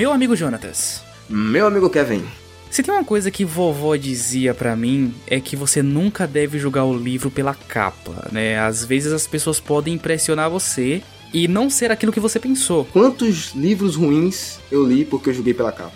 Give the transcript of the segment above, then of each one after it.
Meu amigo Jonatas. Meu amigo Kevin. Se tem uma coisa que vovó dizia pra mim, é que você nunca deve julgar o livro pela capa, né? Às vezes as pessoas podem impressionar você e não ser aquilo que você pensou. Quantos livros ruins eu li porque eu julguei pela capa?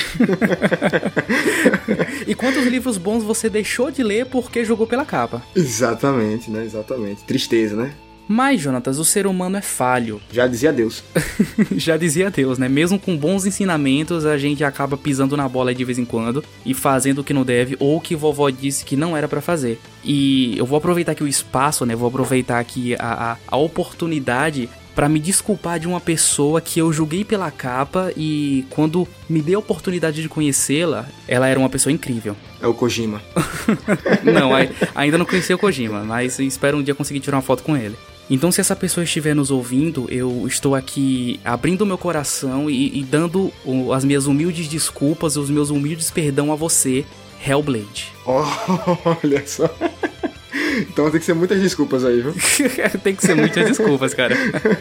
E quantos livros bons você deixou de ler porque julgou pela capa? Exatamente, né? Exatamente. Tristeza, né? Mas, Jonatas, o ser humano é falho. Já dizia Deus. Já dizia Deus, né? Mesmo com bons ensinamentos, a gente acaba pisando na bola de vez em quando e fazendo o que não deve ou o que vovó disse que não era pra fazer. E eu vou aproveitar aqui o espaço, né? Vou aproveitar aqui a oportunidade pra me desculpar de uma pessoa que eu julguei pela capa e quando me dei a oportunidade de conhecê-la, ela era uma pessoa incrível. É o Kojima. Não, ainda não conheci o Kojima, mas espero um dia conseguir tirar uma foto com ele. Então, se essa pessoa estiver nos ouvindo, eu estou aqui abrindo o meu coração e dando as minhas humildes desculpas, os meus humildes perdão a você, Hellblade. Olha só. Então tem que ser muitas desculpas aí, viu? Tem que ser muitas desculpas, cara.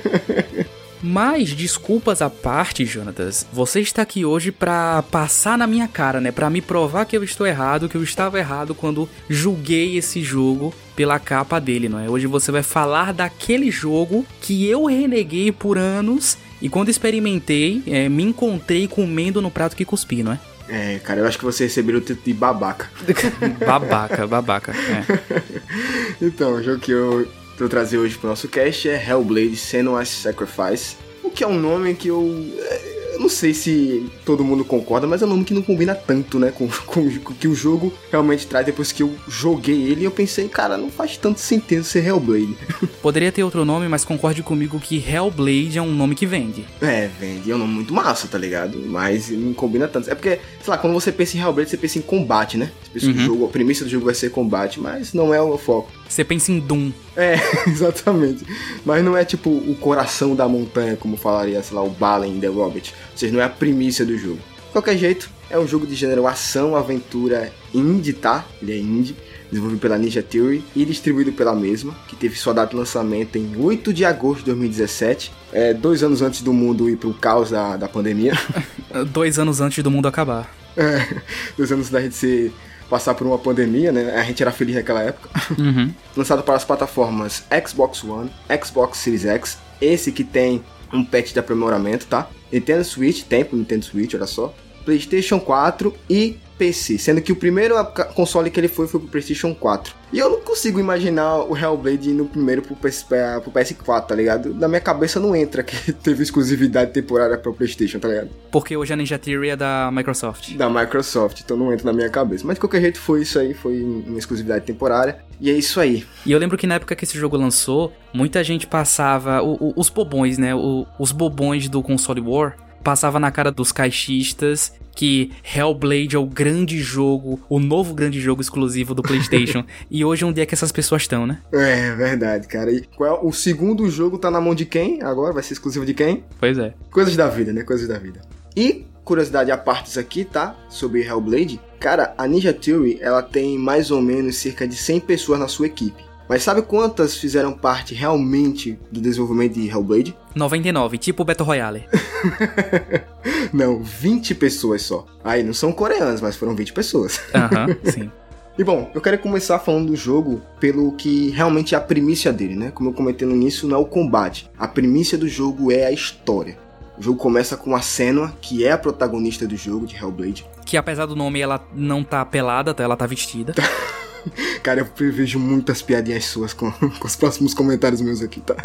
Mas, desculpas à parte, Jonatas, você está aqui hoje pra passar na minha cara, né? Pra me provar que eu estou errado, que eu estava errado quando julguei esse jogo pela capa dele, não é? Hoje você vai falar daquele jogo que eu reneguei por anos e quando experimentei, me encontrei comendo no prato que cuspi, não é? É, cara, eu acho que você recebeu o título de babaca. babaca, é. Então, o jogo que eu trazer hoje pro nosso cast é Hellblade: Senua's Sacrifice, o que é um nome que eu não sei se todo mundo concorda, mas é um nome que não combina tanto, né, com o que o jogo realmente traz. Depois que eu joguei ele, eu pensei, cara, não faz tanto sentido ser Hellblade. Poderia ter outro nome, mas concorde comigo que Hellblade é um nome que vende. É, vende, é um nome muito massa, tá ligado? Mas não combina tanto. É porque, sei lá, quando você pensa em Hellblade, você pensa em combate, né? Você pensa que o jogo, a premissa do jogo vai ser combate, mas não é o foco. Você pensa em Doom. É, exatamente. Mas não é tipo o coração da montanha, como falaria, sei lá, o Balen The Robot. Ou seja, não é a primícia do jogo. De qualquer jeito, é um jogo de gênero ação, aventura indie, tá? Ele é indie, desenvolvido pela Ninja Theory e distribuído pela mesma, que teve sua data de lançamento em 8 de agosto de 2017. 2 anos antes do mundo ir pro caos da pandemia. 2 anos antes do mundo acabar. 2 anos da gente passar por uma pandemia, né? A gente era feliz naquela época. Lançado para as plataformas Xbox One, Xbox Series X, esse que tem um patch de aprimoramento, tá? Nintendo Switch, tem pro Nintendo Switch, olha só. PlayStation 4 e PC, sendo que o primeiro console que ele foi pro PlayStation 4. E eu não consigo imaginar o Hellblade indo primeiro pro PS4, tá ligado? Na minha cabeça não entra que teve exclusividade temporária pro PlayStation, tá ligado? Porque hoje a Ninja Theory é da Microsoft. Da Microsoft, então não entra na minha cabeça. Mas de qualquer jeito foi isso aí, foi uma exclusividade temporária. E é isso aí. E eu lembro que na época que esse jogo lançou, muita gente passava, os bobões, né? Os bobões do console war, passava na cara dos caixistas que Hellblade é o grande jogo, o novo grande jogo exclusivo do PlayStation. E hoje é um dia que essas pessoas estão, né? É verdade, cara. E o segundo jogo tá na mão de quem agora? Vai ser exclusivo de quem? Pois é. Coisas da vida, né? Coisas da vida. E, curiosidade à parte aqui, tá? Sobre Hellblade. Cara, a Ninja Theory, ela tem mais ou menos cerca de 100 pessoas na sua equipe. Mas sabe quantas fizeram parte realmente do desenvolvimento de Hellblade? 99, tipo Battle Royale. Não, 20 pessoas só. Aí, não são coreanos, mas foram 20 pessoas. Sim. E bom, eu quero começar falando do jogo pelo que realmente é a primícia dele, né? Como eu comentei no início, não é o combate. A primícia do jogo é a história. O jogo começa com a Senua, que é a protagonista do jogo de Hellblade. Que apesar do nome, ela não tá pelada, ela tá vestida. Cara, eu prevejo muitas piadinhas suas com os próximos comentários meus aqui, tá?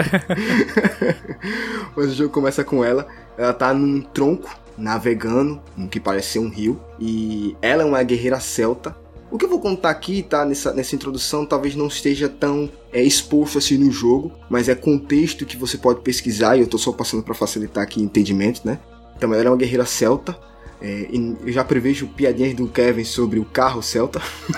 Mas o jogo começa com ela tá num tronco, navegando, no que parece ser um rio, e ela é uma guerreira celta. O que eu vou contar aqui, tá, nessa introdução, talvez não esteja tão exposto assim no jogo, mas é contexto que você pode pesquisar, e eu tô só passando pra facilitar aqui o entendimento, né? Então ela é uma guerreira celta. Eu já prevejo piadinhas do Kevin sobre o carro Celta.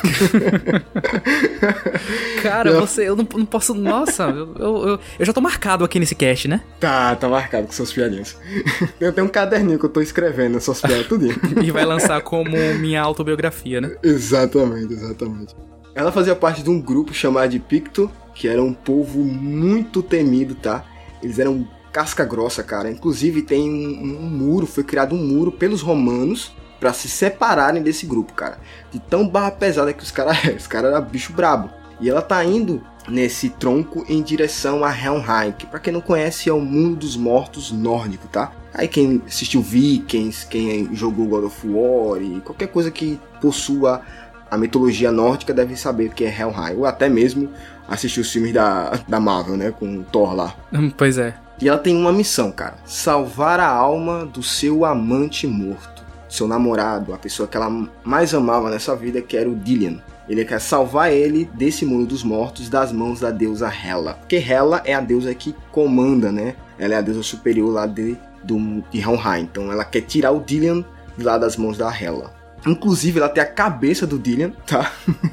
Cara, eu não posso... Nossa, eu já tô marcado aqui nesse cast, né? Tá marcado com suas piadinhas. Eu tenho um caderninho que eu tô escrevendo suas piadas tudinho. E vai lançar como minha autobiografia, né? Exatamente. Ela fazia parte de um grupo chamado de Picto, que era um povo muito temido, tá? Eles eram casca grossa, cara. Inclusive tem um muro, foi criado um muro pelos romanos pra se separarem desse grupo, cara. De tão barra pesada que os caras eram bicho brabo. E ela tá indo nesse tronco em direção a Helheim, que pra quem não conhece é o mundo dos mortos nórdico, tá? Aí quem assistiu Vikings, quem jogou God of War e qualquer coisa que possua a mitologia nórdica deve saber o que é Helheim. Ou até mesmo assistiu os filmes da Marvel, né? Com o Thor lá. Pois é. E ela tem uma missão, cara. Salvar a alma do seu amante morto. Seu namorado, a pessoa que ela mais amava nessa vida, que era o Dillion. Ele quer salvar ele desse mundo dos mortos das mãos da deusa Hela. Porque Hela é a deusa que comanda, né? Ela é a deusa superior lá de Helheim. Então ela quer tirar o Dillion lá das mãos da Hela. Inclusive ela tem a cabeça do Dillion, tá?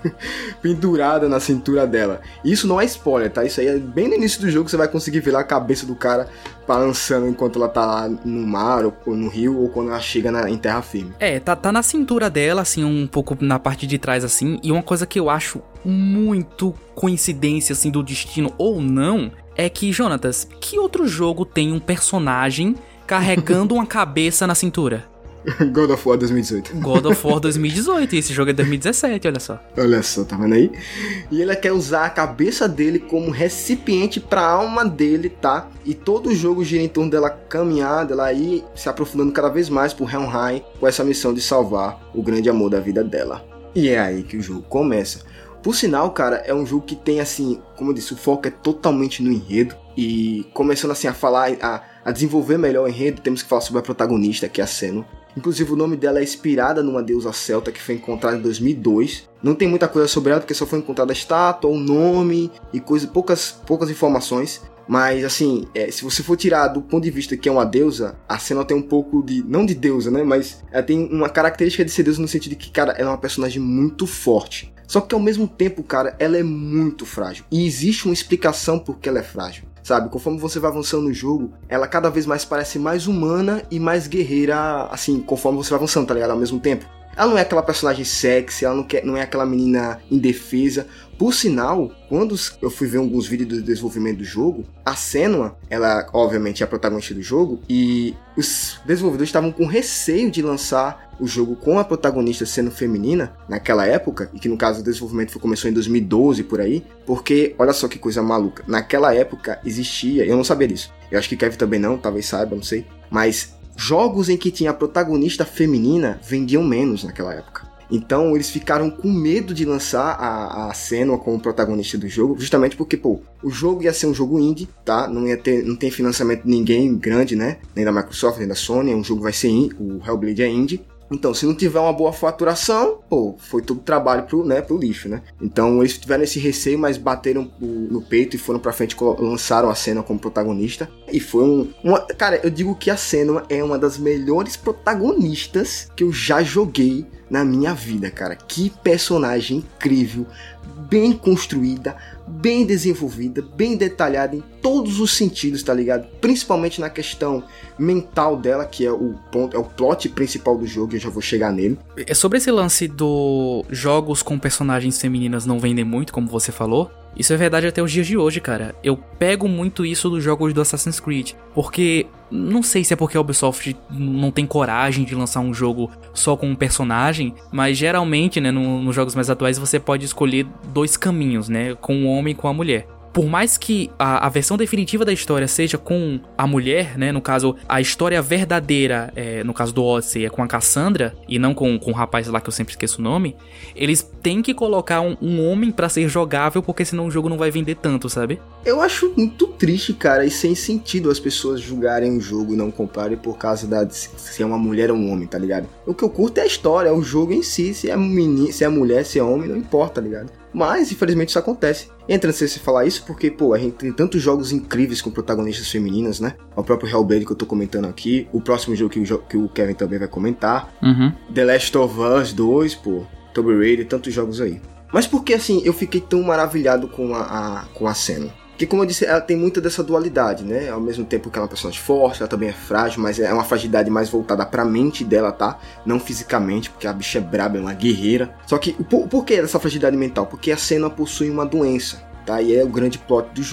Pendurada na cintura dela. Isso não é spoiler, tá? Isso aí é bem no início do jogo, você vai conseguir ver lá a cabeça do cara balançando enquanto ela tá lá no mar, ou no rio, ou quando ela chega em terra firme. Tá na cintura dela, assim, um pouco na parte de trás, assim. E uma coisa que eu acho muito coincidência, assim, do destino ou não, é que, Jonatas, que outro jogo tem um personagem carregando uma cabeça na cintura? God of War 2018. God of War 2018, e esse jogo é 2017, olha só. Olha só, tá vendo aí? E ele quer usar a cabeça dele como recipiente pra alma dele, tá? E todo o jogo gira em torno dela caminhar, dela ir se aprofundando cada vez mais por Helheim, com essa missão de salvar o grande amor da vida dela. E é aí que o jogo começa. Por sinal, cara, é um jogo que tem, assim, como eu disse, o foco é totalmente no enredo. E começando, assim, a falar, a desenvolver melhor o enredo, temos que falar sobre a protagonista, que é a Senua. Inclusive o nome dela é inspirada numa deusa celta que foi encontrada em 2002. Não tem muita coisa sobre ela, porque só foi encontrada a estátua, o nome e poucas informações. Mas assim, se você for tirar do ponto de vista que é uma deusa, a Senua tem um pouco de, não de deusa, né, mas ela tem uma característica de ser deusa no sentido de que, cara, ela é uma personagem muito forte. Só que ao mesmo tempo, cara, ela é muito frágil. E existe uma explicação por que ela é frágil. Sabe, conforme você vai avançando no jogo, ela cada vez mais parece mais humana e mais guerreira, assim, conforme você vai avançando, tá ligado? Ao mesmo tempo. Ela não é aquela personagem sexy, ela não é aquela menina indefesa. Por sinal, quando eu fui ver alguns vídeos do desenvolvimento do jogo, a Senua, ela obviamente é a protagonista do jogo, e os desenvolvedores estavam com receio de lançar o jogo com a protagonista sendo feminina naquela época, e que no caso o desenvolvimento começou em 2012 por aí, porque olha só que coisa maluca, naquela época existia, eu não sabia disso, eu acho que Kevin também não, talvez saiba, não sei, mas jogos em que tinha a protagonista feminina vendiam menos naquela época. Então eles ficaram com medo de lançar a Senua como protagonista do jogo, justamente porque, o jogo ia ser um jogo indie, tá? Não tem financiamento de ninguém grande, né? Nem da Microsoft, nem da Sony, o jogo vai ser indie, o Hellblade é indie. Então, se não tiver uma boa faturação, foi todo trabalho pro lixo, né? Então, eles tiveram esse receio, mas bateram no peito e foram pra frente, lançaram a Senua como protagonista. E foi Cara, eu digo que a Senua é uma das melhores protagonistas que eu já joguei na minha vida, cara. Que personagem incrível, bem construída, bem desenvolvida, bem detalhada em todos os sentidos, tá ligado? Principalmente na questão mental dela, que é o plot principal do jogo, e eu já vou chegar nele. Sobre esse lance do jogos com personagens femininas não vendem muito, como você falou, isso é verdade até os dias de hoje, cara. Eu pego muito isso dos jogos do Assassin's Creed, porque não sei se é porque a Ubisoft não tem coragem de lançar um jogo só com um personagem, mas geralmente, né, nos jogos mais atuais você pode escolher dois caminhos, né, com o homem e com a mulher. Por mais que a versão definitiva da história seja com a mulher, né? No caso, a história verdadeira, no caso do Odyssey, é com a Cassandra, e não com o rapaz lá que eu sempre esqueço o nome, eles têm que colocar um homem pra ser jogável, porque senão o jogo não vai vender tanto, sabe? Eu acho muito triste, cara, e sem sentido as pessoas julgarem o jogo e não comprarem por causa se é uma mulher ou um homem, tá ligado? O que eu curto é a história, é o jogo em si, se é mulher, se é homem, não importa, tá ligado? Mas, infelizmente, isso acontece. Entra não sei se falar isso porque, a gente tem tantos jogos incríveis com protagonistas femininas, né? O próprio Hellblade que eu tô comentando aqui. O próximo jogo que o Kevin também vai comentar. The Last of Us 2, Tomb Raider, tantos jogos aí. Mas por que, assim, eu fiquei tão maravilhado com a Senua? Porque, como eu disse, ela tem muita dessa dualidade, né? Ao mesmo tempo que ela é uma personagem forte, ela também é frágil, mas é uma fragilidade mais voltada pra mente dela, tá? Não fisicamente, porque a bicha é braba, é uma guerreira. Só que, por que essa fragilidade mental? Porque a Senua possui uma doença, tá? E é o grande plot do jogo.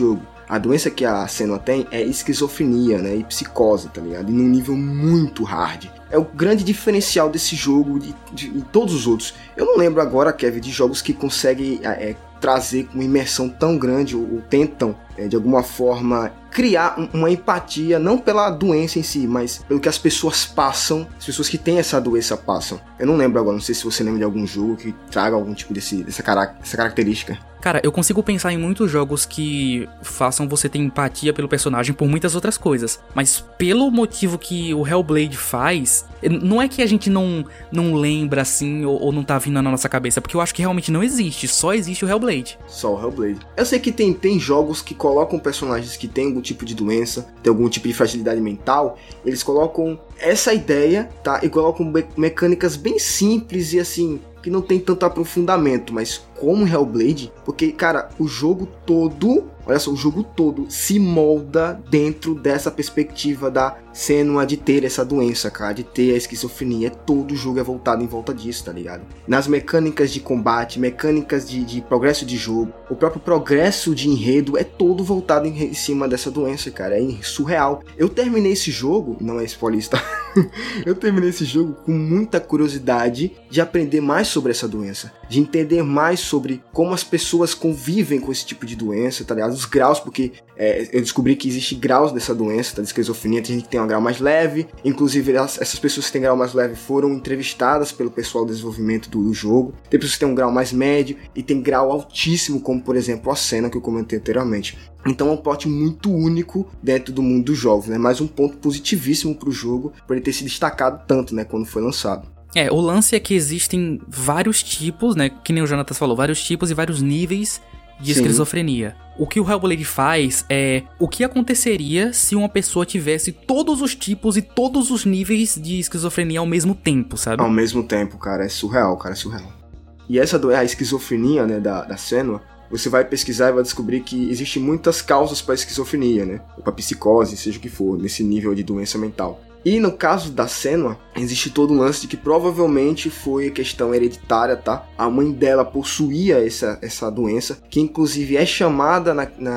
A doença que a Senua tem é esquizofrenia, né? E psicose, tá ligado? E num nível muito hard. É o grande diferencial desse jogo de todos os outros. Eu não lembro agora, Kevin, de jogos que conseguem trazer uma imersão tão grande ou tentam, de alguma forma, criar uma empatia, não pela doença em si, mas pelo que as pessoas passam, as pessoas que têm essa doença passam. Eu não lembro agora, não sei se você lembra de algum jogo que traga algum tipo dessa característica. Cara, eu consigo pensar em muitos jogos que façam você ter empatia pelo personagem por muitas outras coisas, mas pelo motivo que o Hellblade faz, não é que a gente não lembra assim ou não tá vindo na nossa cabeça, porque eu acho que realmente não existe, só existe o Hellblade. Só o Hellblade. Eu sei que tem jogos que colocam personagens que têm algum tipo de doença, tem algum tipo de fragilidade mental, eles colocam essa ideia, tá? E colocam mecânicas bem simples e assim, que não tem tanto aprofundamento, mas como Hellblade, porque, cara, o jogo todo, olha só, o jogo todo se molda dentro dessa perspectiva da Senua de ter essa doença, cara, de ter a esquizofrenia. Todo o jogo é voltado em volta disso, tá ligado? Nas mecânicas de combate, mecânicas de progresso de jogo, o próprio progresso de enredo é todo voltado em cima dessa doença, cara, é surreal. Eu terminei esse jogo, não é spoiler, tá? Eu terminei esse jogo com muita curiosidade de aprender mais sobre essa doença, de entender mais sobre como as pessoas convivem com esse tipo de doença, tá ligado? Os graus, porque eu descobri que existe graus dessa doença, tá? De esquizofrenia, tem gente que tem um grau mais leve, inclusive essas pessoas que têm grau mais leve foram entrevistadas pelo pessoal do desenvolvimento do jogo. Tem pessoas que têm um grau mais médio e tem grau altíssimo, como por exemplo a Senua que eu comentei anteriormente. Então é um plot muito único dentro do mundo dos jogos, né? Mais um ponto positivíssimo pro jogo, por ele ter se destacado tanto, né? Quando foi lançado. O lance é que existem vários tipos, né? Que nem o Jonatas falou, vários tipos e vários níveis de esquizofrenia. O que o Hellblade faz é o que aconteceria se uma pessoa tivesse todos os tipos e todos os níveis de esquizofrenia ao mesmo tempo, sabe? Ao mesmo tempo, cara, é surreal, cara, é surreal. E essa a esquizofrenia, né, da Senua, você vai pesquisar e vai descobrir que existem muitas causas para esquizofrenia, né? Ou para psicose, seja o que for, nesse nível de doença mental. E no caso da Senua, existe todo um lance de que provavelmente foi questão hereditária, tá? A mãe dela possuía essa doença, que inclusive é chamada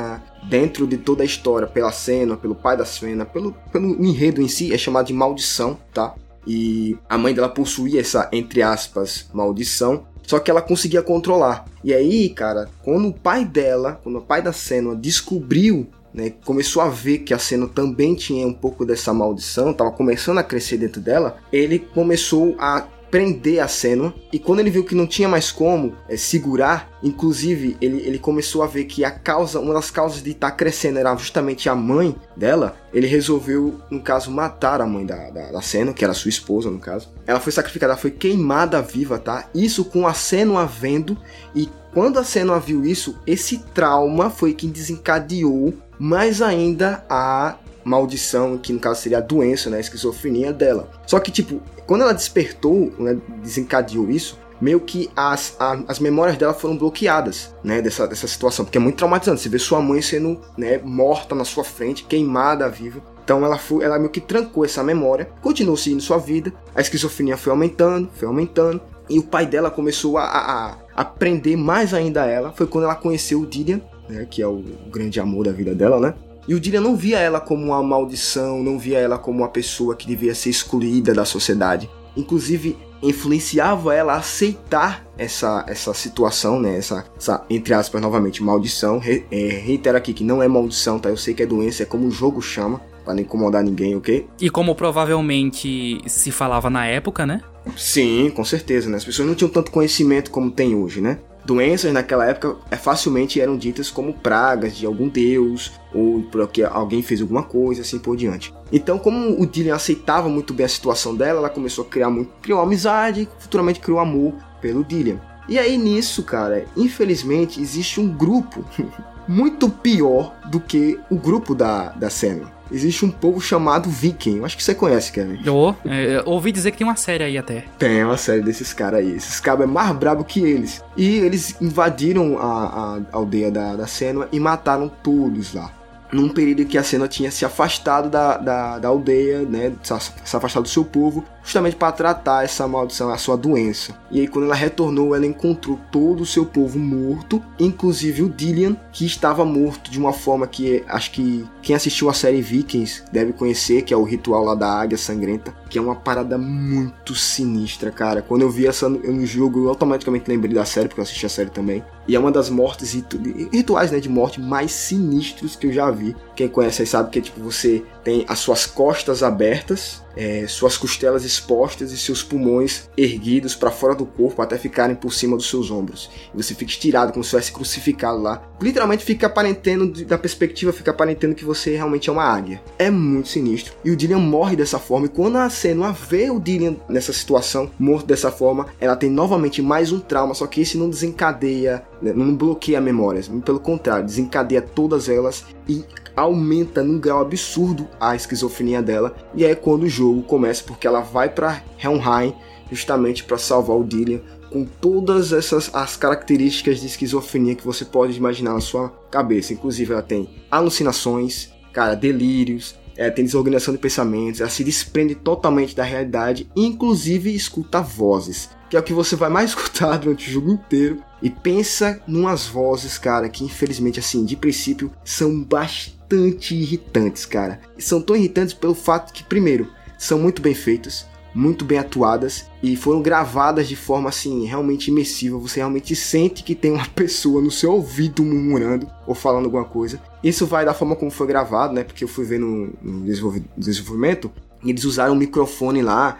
dentro de toda a história pela Senua, pelo pai da Senua, pelo enredo em si, é chamado de maldição, tá? E a mãe dela possuía essa, entre aspas, maldição, só que ela conseguia controlar. E aí, cara, quando o pai da Senua descobriu, né, começou a ver que a Senua também tinha um pouco dessa maldição, estava começando a crescer dentro dela, ele começou a prender a Senua, e quando ele viu que não tinha mais como segurar, inclusive ele começou a ver que uma das causas de estar crescendo era justamente a mãe dela. Ele resolveu, no caso, matar a mãe da Senua, que era sua esposa, no caso. Ela foi sacrificada, ela foi queimada viva, tá? Isso com a Senua vendo, e quando a Senua viu isso, esse trauma foi que desencadeou mais ainda a maldição, que no caso seria a doença, né, a esquizofrenia dela. Só que, tipo, quando ela despertou, né, desencadeou isso, meio que as memórias dela foram bloqueadas, né, dessa situação, porque é muito traumatizante, você vê sua mãe sendo, né, morta na sua frente, queimada viva. Então ela meio que trancou essa memória, continuou seguindo sua vida, a esquizofrenia foi aumentando, e o pai dela começou a prender mais ainda ela. Foi quando ela conheceu o Dillian, né, que é o grande amor da vida dela, né? E o Dillian não via ela como uma maldição, não via ela como uma pessoa que devia ser excluída da sociedade. Inclusive, influenciava ela a aceitar essa situação, né? Essa, entre aspas, novamente, maldição. Reitero aqui que não é maldição, tá? Eu sei que é doença, é como o jogo chama, pra não incomodar ninguém, ok? E como provavelmente se falava na época, né? Sim, com certeza, né? As pessoas não tinham tanto conhecimento como tem hoje, né? Doenças naquela época facilmente eram ditas como pragas de algum deus, ou porque alguém fez alguma coisa, assim por diante. Então, como o Dillian aceitava muito bem a situação dela, ela começou a criou uma amizade, futuramente criou amor pelo Dillian. E aí nisso, cara, infelizmente existe um grupo muito pior do que o grupo da Senua. Existe um povo chamado Viking. Eu acho que você conhece, Kevin. Ouvi dizer que tem uma série aí até. Tem uma série desses caras aí. Esses cabos é mais brabo que eles. E eles invadiram a aldeia da Senua e mataram todos lá. num período em que a Senua tinha se afastado da aldeia, né, se afastado do seu povo, justamente para tratar essa maldição, a sua doença. E aí quando ela retornou, ela encontrou todo o seu povo morto, inclusive o Dillian, que estava morto de uma forma que acho que quem assistiu a série Vikings deve conhecer, que é o ritual lá da águia sangrenta, que é uma parada muito sinistra, cara. Quando eu vi essa no jogo, eu automaticamente lembrei da série, porque eu assisti a série também. E é uma das mortes rituais, né, de morte mais sinistros que eu já vi. Quem conhece aí sabe que tipo, você tem as suas costas abertas, suas costelas expostas e seus pulmões erguidos para fora do corpo até ficarem por cima dos seus ombros. E você fica estirado como se fosse crucificado lá. Literalmente fica aparentando, da perspectiva, fica aparentando que você realmente é uma águia. É muito sinistro. E o Dillian morre dessa forma. E quando a Senua vê o Dillian nessa situação, morto dessa forma, ela tem novamente mais um trauma. Só que esse não desencadeia, não bloqueia memórias. Pelo contrário, desencadeia todas elas e aumenta num grau absurdo a esquizofrenia dela. E é quando o jogo começa, porque ela vai para Helheim justamente para salvar o Dillian, com todas as características de esquizofrenia que você pode imaginar na sua cabeça. Inclusive ela tem alucinações, cara, delírios, tem desorganização de pensamentos, ela se desprende totalmente da realidade, inclusive escuta vozes, que é o que você vai mais escutar durante o jogo inteiro. E pensa numas vozes, cara, que infelizmente, assim, de princípio, são bastante irritantes, cara. E são tão irritantes pelo fato que, primeiro, são muito bem feitas, muito bem atuadas e foram gravadas de forma, assim, realmente imersiva. Você realmente sente que tem uma pessoa no seu ouvido murmurando ou falando alguma coisa. Isso vai da forma como foi gravado, né? Porque eu fui ver no desenvolvimento. E eles usaram um microfone lá,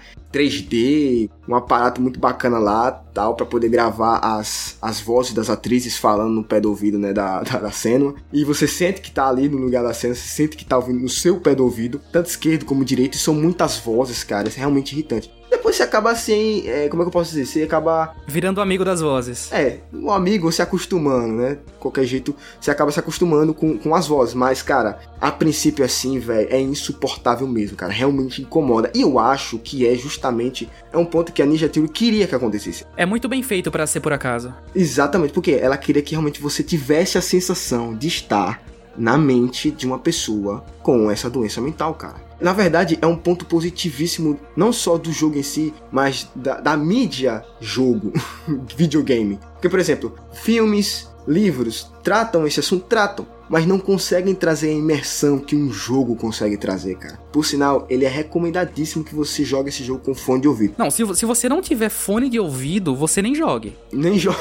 3D, um aparato muito bacana lá, tal, para poder gravar as vozes das atrizes falando no pé do ouvido, né, da Senua. E você sente que tá ali no lugar da Senua, você sente que tá ouvindo no seu pé do ouvido, tanto esquerdo como direito, e são muitas vozes, cara, isso é realmente irritante. Depois você acaba assim, como é que eu posso dizer? Você acaba... virando amigo das vozes. Um amigo se acostumando, né? De qualquer jeito, você acaba se acostumando com as vozes. Mas, cara, a princípio assim, velho, é insuportável mesmo, cara. Realmente incomoda. E eu acho que justamente um ponto que a Ninja Theory queria que acontecesse. É muito bem feito pra ser por acaso. Exatamente, porque ela queria que realmente você tivesse a sensação de estar na mente de uma pessoa com essa doença mental, cara. Na verdade, é um ponto positivíssimo, não só do jogo em si, mas da mídia jogo, videogame. Porque, por exemplo, filmes, livros, tratam esse assunto? Tratam, mas não conseguem trazer a imersão que um jogo consegue trazer, cara. Por sinal, ele é recomendadíssimo que você jogue esse jogo com fone de ouvido. Não, se você não tiver fone de ouvido, você nem jogue. Nem joga.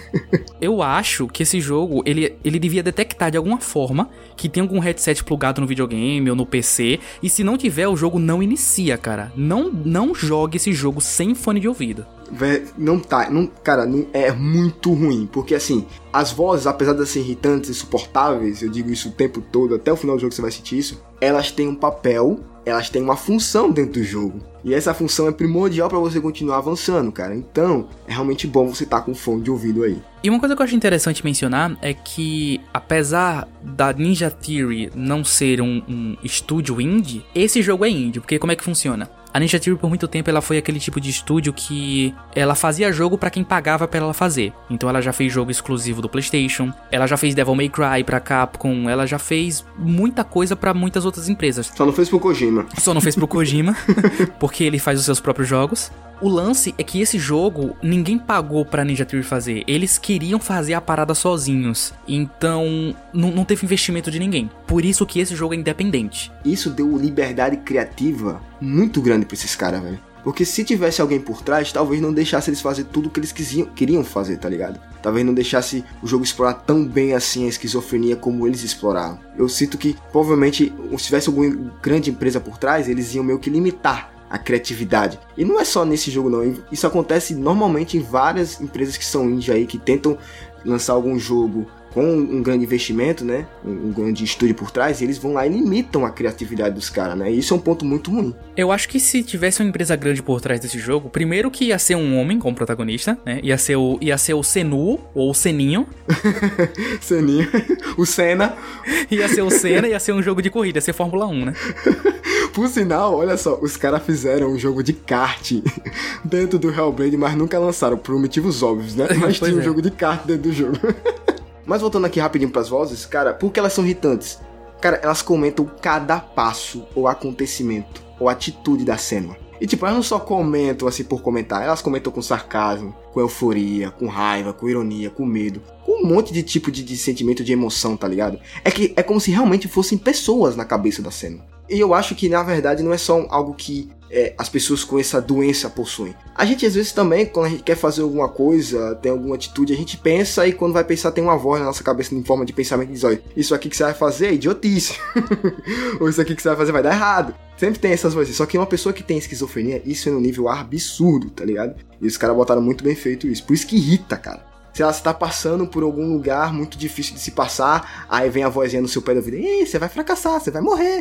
Eu acho que esse jogo, ele devia detectar de alguma forma que tem algum headset plugado no videogame ou no PC, e se não tiver, o jogo não inicia, cara. Não jogue esse jogo sem fone de ouvido. Cara, é muito ruim, porque assim, as vozes, apesar de serem irritantes e insuportáveis, eu digo isso o tempo todo, até o final do jogo você vai sentir isso, elas têm um papel, elas têm uma função dentro do jogo, e essa função é primordial pra você continuar avançando, cara. Então, é realmente bom você estar com fone de ouvido aí. E uma coisa que eu acho interessante mencionar é que, apesar da Ninja Theory não ser um estúdio indie, esse jogo é indie, porque como é que funciona? A Ninja Theory por muito tempo ela foi aquele tipo de estúdio que ela fazia jogo pra quem pagava pra ela fazer. Então ela já fez jogo exclusivo do PlayStation, ela já fez Devil May Cry pra Capcom, ela já fez muita coisa pra muitas outras empresas. Só não fez pro Kojima. Só não fez pro Kojima, porque ele faz os seus próprios jogos. O lance é que esse jogo, ninguém pagou pra Ninja Theory fazer. Eles queriam fazer a parada sozinhos. Então, não teve investimento de ninguém. Por isso que esse jogo é independente. Isso deu liberdade criativa muito grande pra esses caras, velho. Porque se tivesse alguém por trás, talvez não deixasse eles fazer tudo o que eles queriam fazer, tá ligado? Talvez não deixasse o jogo explorar tão bem assim a esquizofrenia como eles exploraram. Eu sinto que, provavelmente, se tivesse alguma grande empresa por trás, eles iam meio que limitar a criatividade. E não é só nesse jogo não, isso acontece normalmente em várias empresas que são indie aí, que tentam lançar algum jogo com um grande investimento, né, um grande estúdio por trás, e eles vão lá e limitam a criatividade dos caras, né, e isso é um ponto muito ruim. Eu acho que se tivesse uma empresa grande por trás desse jogo, primeiro que ia ser um homem como protagonista, né, ia ser o Senu, ou o Seninho. Seninho, o Senna. Ia ser o Senna, ia ser um jogo de corrida, ia ser Fórmula 1, né. Por sinal, olha só, os caras fizeram um jogo de kart dentro do Hellblade, mas nunca lançaram, por motivos óbvios, né, mas tinha um jogo de kart dentro do jogo. Mas voltando aqui rapidinho pras vozes, cara, por que elas são irritantes? Cara, elas comentam cada passo, ou acontecimento, ou atitude da Senua. E tipo, elas não só comentam assim por comentar, elas comentam com sarcasmo, com euforia, com raiva, com ironia, com medo, com um monte de tipo de sentimento, de emoção, tá ligado? É como se realmente fossem pessoas na cabeça da Senua. E eu acho que na verdade não é só algo que as pessoas com essa doença possuem. A gente às vezes também, quando a gente quer fazer alguma coisa, tem alguma atitude, a gente pensa e quando vai pensar tem uma voz na nossa cabeça em forma de pensamento que diz, olha, isso aqui que você vai fazer é idiotice. Ou isso aqui que você vai fazer vai dar errado. Sempre tem essas vozes. Só que uma pessoa que tem esquizofrenia, isso é num nível absurdo, tá ligado? E os caras botaram muito bem feito isso. Por isso que irrita, cara. Se ela está passando por algum lugar muito difícil de se passar, aí vem a vozinha no seu pé da vida. Ei, você vai fracassar, você vai morrer.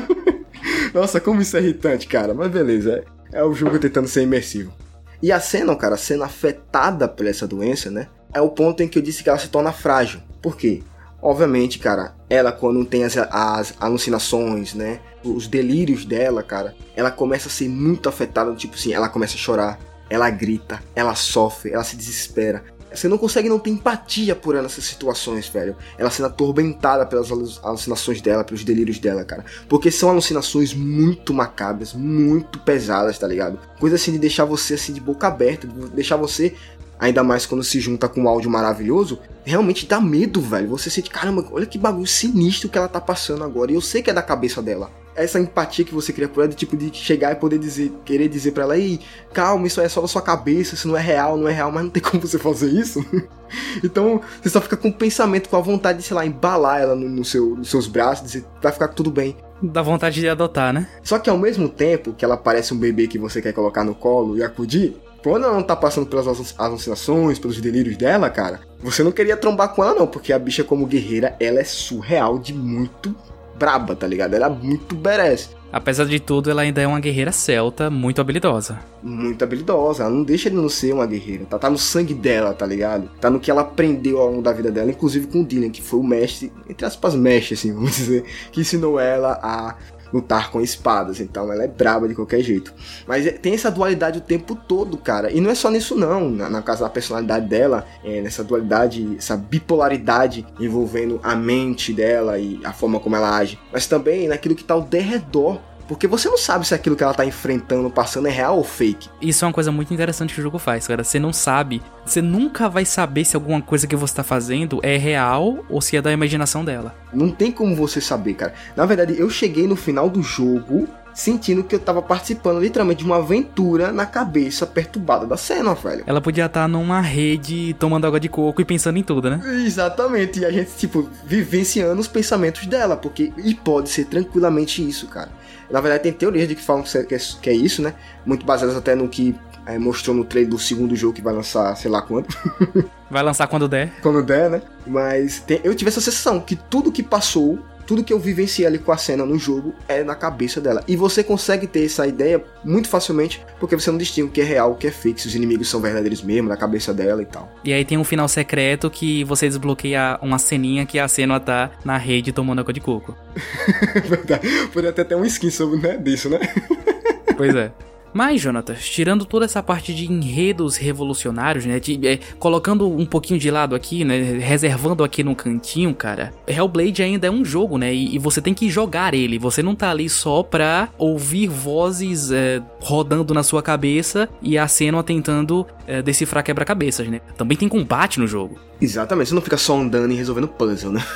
Nossa, como isso é irritante, cara. Mas beleza, é o jogo tentando ser imersivo. E a Senua, cara, sendo afetada por essa doença, né? É o ponto em que eu disse que ela se torna frágil. Por quê? Obviamente, cara, ela quando tem as alucinações, né? Os delírios dela, cara, ela começa a ser muito afetada. Tipo assim, ela começa a chorar, ela grita, ela sofre, ela se desespera. Você não consegue não ter empatia por ela nessas situações, velho. Ela sendo atormentada pelas alucinações dela, pelos delírios dela, cara. Porque são alucinações muito macabras, muito pesadas, tá ligado? Coisa assim de deixar você assim de boca aberta, de deixar você, ainda mais quando se junta com um áudio maravilhoso, realmente dá medo, velho. Você sente, caramba, olha que bagulho sinistro que ela tá passando agora. E eu sei que é da cabeça dela. Essa empatia que você cria por ela, de tipo de chegar e poder querer dizer pra ela, ei, calma, isso é só da sua cabeça, isso não é real, mas não tem como você fazer isso. Então, você só fica com o pensamento, com a vontade de, sei lá, embalar ela nos seus braços, dizer, vai ficar tudo bem. Dá vontade de adotar, né? Só que ao mesmo tempo que ela parece um bebê que você quer colocar no colo e acudir, quando ela não tá passando pelas alucinações, pelos delírios dela, cara, você não queria trombar com ela não, porque a bicha como guerreira, ela é surreal de muito braba, tá ligado? Ela é muito badass. Apesar de tudo, ela ainda é uma guerreira celta muito habilidosa. Muito habilidosa, ela não deixa de não ser uma guerreira. Tá no sangue dela, tá ligado? Tá no que ela aprendeu ao longo da vida dela, inclusive com o Dylan, que foi o mestre, entre aspas, mestre, assim, vamos dizer, que ensinou ela a lutar com espadas, então ela é braba de qualquer jeito. Mas tem essa dualidade o tempo todo, cara, e não é só nisso não, na casa da personalidade dela, nessa dualidade, essa bipolaridade envolvendo a mente dela e a forma como ela age, mas também naquilo que tá ao derredor. Porque você não sabe se aquilo que ela tá enfrentando, passando, é real ou fake. Isso é uma coisa muito interessante que o jogo faz, cara. Você não sabe, você nunca vai saber se alguma coisa que você tá fazendo é real ou se é da imaginação dela. Não tem como você saber, cara. Na verdade, eu cheguei no final do jogo sentindo que eu tava participando literalmente de uma aventura na cabeça perturbada da Senua, velho. Ela podia estar numa rede tomando água de coco e pensando em tudo, né? Exatamente, e a gente, tipo, vivenciando os pensamentos dela, porque e pode ser tranquilamente isso, cara. Na verdade, tem teorias de que falam que é isso, né? Muito baseadas até no que mostrou no trailer do segundo jogo que vai lançar, sei lá quando. Vai lançar quando der. Quando der, né? Mas eu tive essa sensação que tudo que passou, tudo que eu vivenciei ali com a Senua no jogo é na cabeça dela. E você consegue ter essa ideia muito facilmente, porque você não distingue o que é real, o que é fake, se os inimigos são verdadeiros mesmo, na cabeça dela e tal. E aí tem um final secreto que você desbloqueia uma ceninha que a Senua tá na rede tomando água de coco. Verdade. Poderia até ter um skin sobre, né, disso, né? Pois é. Mas, Jonatas, tirando toda essa parte de enredos revolucionários, né, colocando um pouquinho de lado aqui, né, reservando aqui no cantinho, cara, Hellblade ainda é um jogo, né, e você tem que jogar ele, você não tá ali só pra ouvir vozes rodando na sua cabeça e a Senua tentando decifrar quebra-cabeças, né, também tem combate no jogo. Exatamente, você não fica só andando e resolvendo puzzle, né?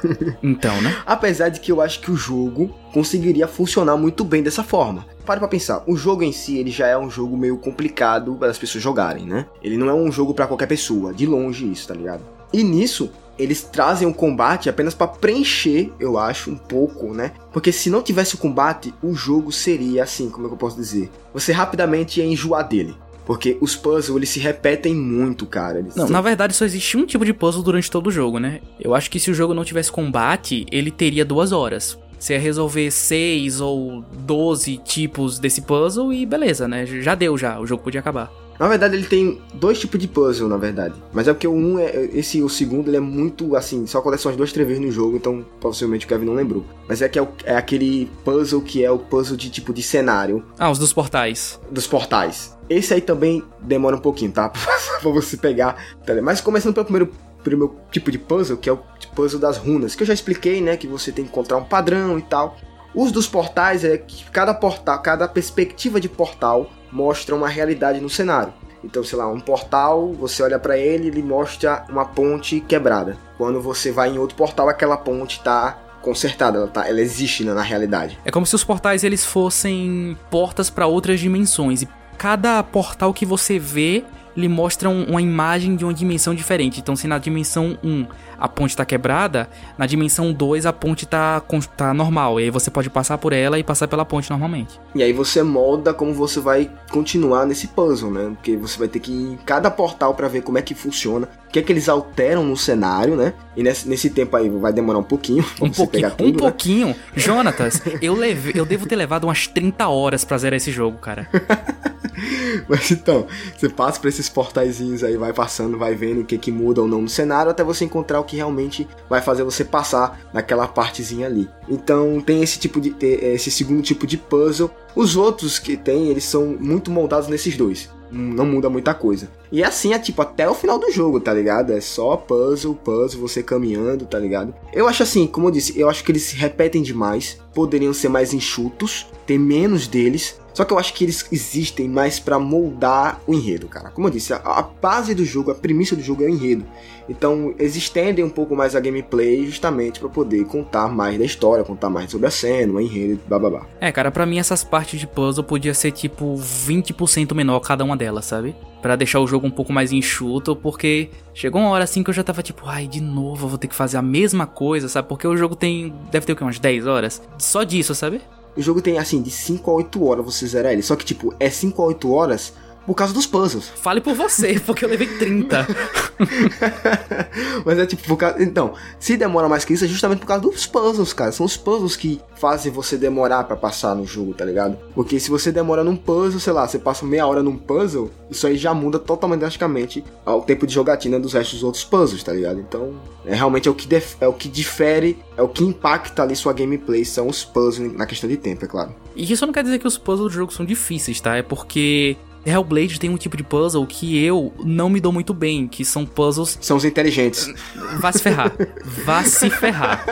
Então, né? Apesar de que eu acho que o jogo conseguiria funcionar muito bem dessa forma. Pare pra pensar, o jogo em si, ele já é um jogo meio complicado para as pessoas jogarem, né? Ele não é um jogo pra qualquer pessoa, de longe isso, tá ligado? E nisso, eles trazem o combate apenas pra preencher, eu acho, um pouco, né? Porque se não tivesse o combate, o jogo seria assim, como é que eu posso dizer? Você rapidamente ia enjoar dele. Porque os puzzles, eles se repetem muito, cara. Não, na verdade só existe um tipo de puzzle durante todo o jogo, né? Eu acho que se o jogo não tivesse combate, ele teria 2 horas. Você ia resolver 6 ou 12 tipos desse puzzle e beleza, né? Já deu já, o jogo podia acabar. Na verdade, ele tem 2 tipos de puzzle, na verdade. Mas é porque o segundo, ele é muito, assim, só acontece umas 2, 3 vezes no jogo, então possivelmente o Kevin não lembrou. Mas é aquele puzzle que é o puzzle de tipo de cenário. Ah, os dos portais. Dos portais. Esse aí também demora um pouquinho, tá? Pra você pegar. Mas começando pelo primeiro primeiro tipo de puzzle, que é o puzzle das runas, que eu já expliquei, né, que você tem que encontrar um padrão e tal. Os dos portais é que cada perspectiva de portal mostra uma realidade no cenário. Então, sei lá, um portal, você olha pra ele, ele mostra uma ponte quebrada. Quando você vai em outro portal, aquela ponte tá consertada, ela existe na realidade. É como se os portais eles fossem portas pra outras dimensões. E cada portal que você vê, ele mostra uma imagem de uma dimensão diferente. Então, se na dimensão 1 a ponte tá quebrada, na dimensão 2 a ponte tá normal. E aí você pode passar por ela e passar pela ponte normalmente. E aí você molda como você vai continuar nesse puzzle, né? Porque você vai ter que ir em cada portal pra ver como é que funciona, o que é que eles alteram no cenário, né? E nesse tempo aí vai demorar um pouquinho pra você pegar tudo, um pouquinho. Né? Jonatas, eu devo ter levado umas 30 horas pra zerar esse jogo, cara. Mas então, você passa por esses portaizinhos aí, vai passando, vai vendo o que muda ou não no cenário, até você encontrar o que realmente vai fazer você passar naquela partezinha ali. Então tem esse segundo tipo de puzzle. Os outros que tem, eles são muito moldados nesses dois. Não muda muita coisa. E assim é tipo até o final do jogo, tá ligado? É só puzzle, você caminhando, tá ligado? Eu acho assim, como eu disse, eu acho que eles se repetem demais. Poderiam ser mais enxutos, ter menos deles. Só que eu acho que eles existem mais pra moldar o enredo, cara. Como eu disse, a base do jogo, a premissa do jogo é o enredo. Então eles estendem um pouco mais a gameplay justamente pra poder contar mais da história, contar mais sobre a cena, o enredo, bababá. É, cara, pra mim essas partes de puzzle podia ser tipo 20% menor cada uma delas, sabe? Pra deixar o jogo um pouco mais enxuto, porque chegou uma hora assim que eu já tava tipo, ai, de novo eu vou ter que fazer a mesma coisa, sabe? Porque o jogo deve ter o quê? Umas 10 horas? Só disso, sabe? O jogo tem, assim, de 5 a 8 horas você zerar ele. Só que, tipo, é 5 a 8 horas por causa dos puzzles. Fale por você, porque eu levei 30. Mas é tipo, por causa... Então, se demora mais que isso, é justamente por causa dos puzzles, cara. São os puzzles que fazem você demorar pra passar no jogo, tá ligado? Porque se você demora num puzzle, sei lá, você passa meia hora num puzzle, isso aí já muda totalmente drasticamente o tempo de jogatina dos restos dos outros puzzles, tá ligado? Então, realmente é o que difere, é o que impacta ali sua gameplay, são os puzzles na questão de tempo, é claro. E isso não quer dizer que os puzzles do jogo são difíceis, tá? É porque Hellblade tem um tipo de puzzle que eu não me dou muito bem, que são puzzles... São os inteligentes. Vá se ferrar. Vá se ferrar.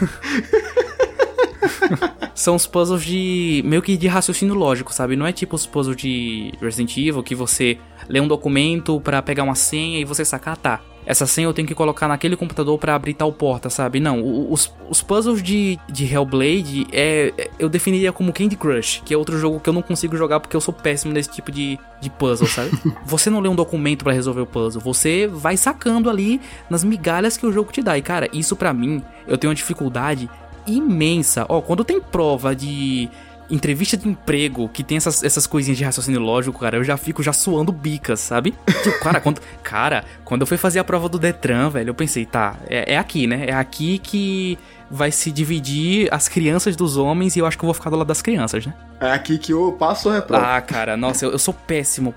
São os puzzles meio que de raciocínio lógico, sabe? Não é tipo os puzzles de Resident Evil, que você lê um documento pra pegar uma senha e você sacar, tá, essa senha eu tenho que colocar naquele computador pra abrir tal porta, sabe? Não, os puzzles de Hellblade eu definiria como Candy Crush, que é outro jogo que eu não consigo jogar porque eu sou péssimo nesse tipo de puzzle, sabe? Você não lê um documento pra resolver o puzzle, você vai sacando ali nas migalhas que o jogo te dá. E cara, isso pra mim, eu tenho uma dificuldade imensa. Quando tem prova de entrevista de emprego que tem essas coisinhas de raciocínio lógico, cara, eu já fico suando bicas, sabe? Tipo, quando eu fui fazer a prova do Detran, velho, eu pensei, tá, é aqui, né? É aqui que vai se dividir as crianças dos homens e eu acho que eu vou ficar do lado das crianças, né? É aqui que eu passo ou reprovo. Ah, cara, nossa, eu sou péssimo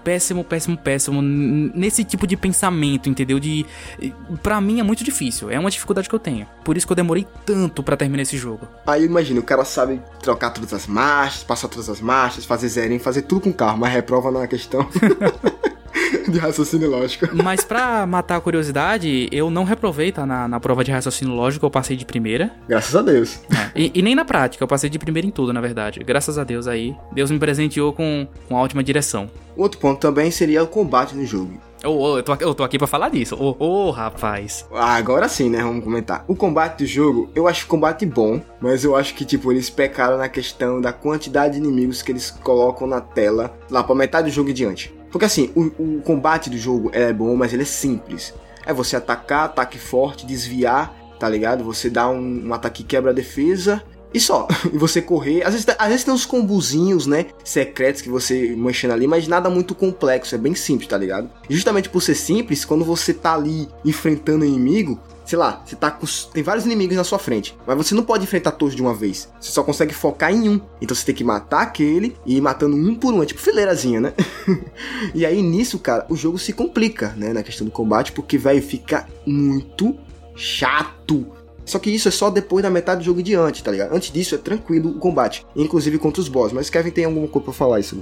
nesse tipo de pensamento, entendeu? Pra mim é muito difícil, é uma dificuldade que eu tenho. Por isso que eu demorei tanto pra terminar esse jogo. Aí imagina, o cara sabe trocar todas as marchas, passar todas as marchas, fazer zerinho, fazer tudo com o carro, mas reprova na questão de raciocínio lógico. Mas pra matar a curiosidade, eu não reprovei, tá? Na prova de raciocínio lógico, eu passei de primeira. Graças a Deus. E nem na prática, eu passei de primeira em tudo, na verdade. Graças a Deus aí. Deus me presenteou com a ótima direção. Outro ponto também seria o combate no jogo. Eu tô aqui pra falar disso. Rapaz. Agora sim, né? Vamos comentar. O combate do jogo, eu acho o combate bom, mas eu acho que, tipo, eles pecaram na questão da quantidade de inimigos que eles colocam na tela lá pra metade do jogo e diante. Porque assim, o combate do jogo é bom, mas ele é simples. É você atacar, ataque forte, desviar, tá ligado? Você dá um ataque que quebra a defesa e só. E você correr. Às vezes tem uns combozinhos, né? Secretos que você mexendo ali, mas nada muito complexo. É bem simples, tá ligado? E justamente por ser simples, quando você tá ali enfrentando o inimigo, sei lá, você tá tem vários inimigos na sua frente, mas você não pode enfrentar todos de uma vez. Você só consegue focar em um. Então você tem que matar aquele e ir matando um por um. É tipo fileirazinha, né? E aí nisso, cara, o jogo se complica, né? Na questão do combate, porque, velho, fica muito chato. Só que isso é só depois da metade do jogo e diante, tá ligado? Antes disso é tranquilo o combate, inclusive contra os boss. Mas Kevin tem alguma coisa pra falar aí sobre isso?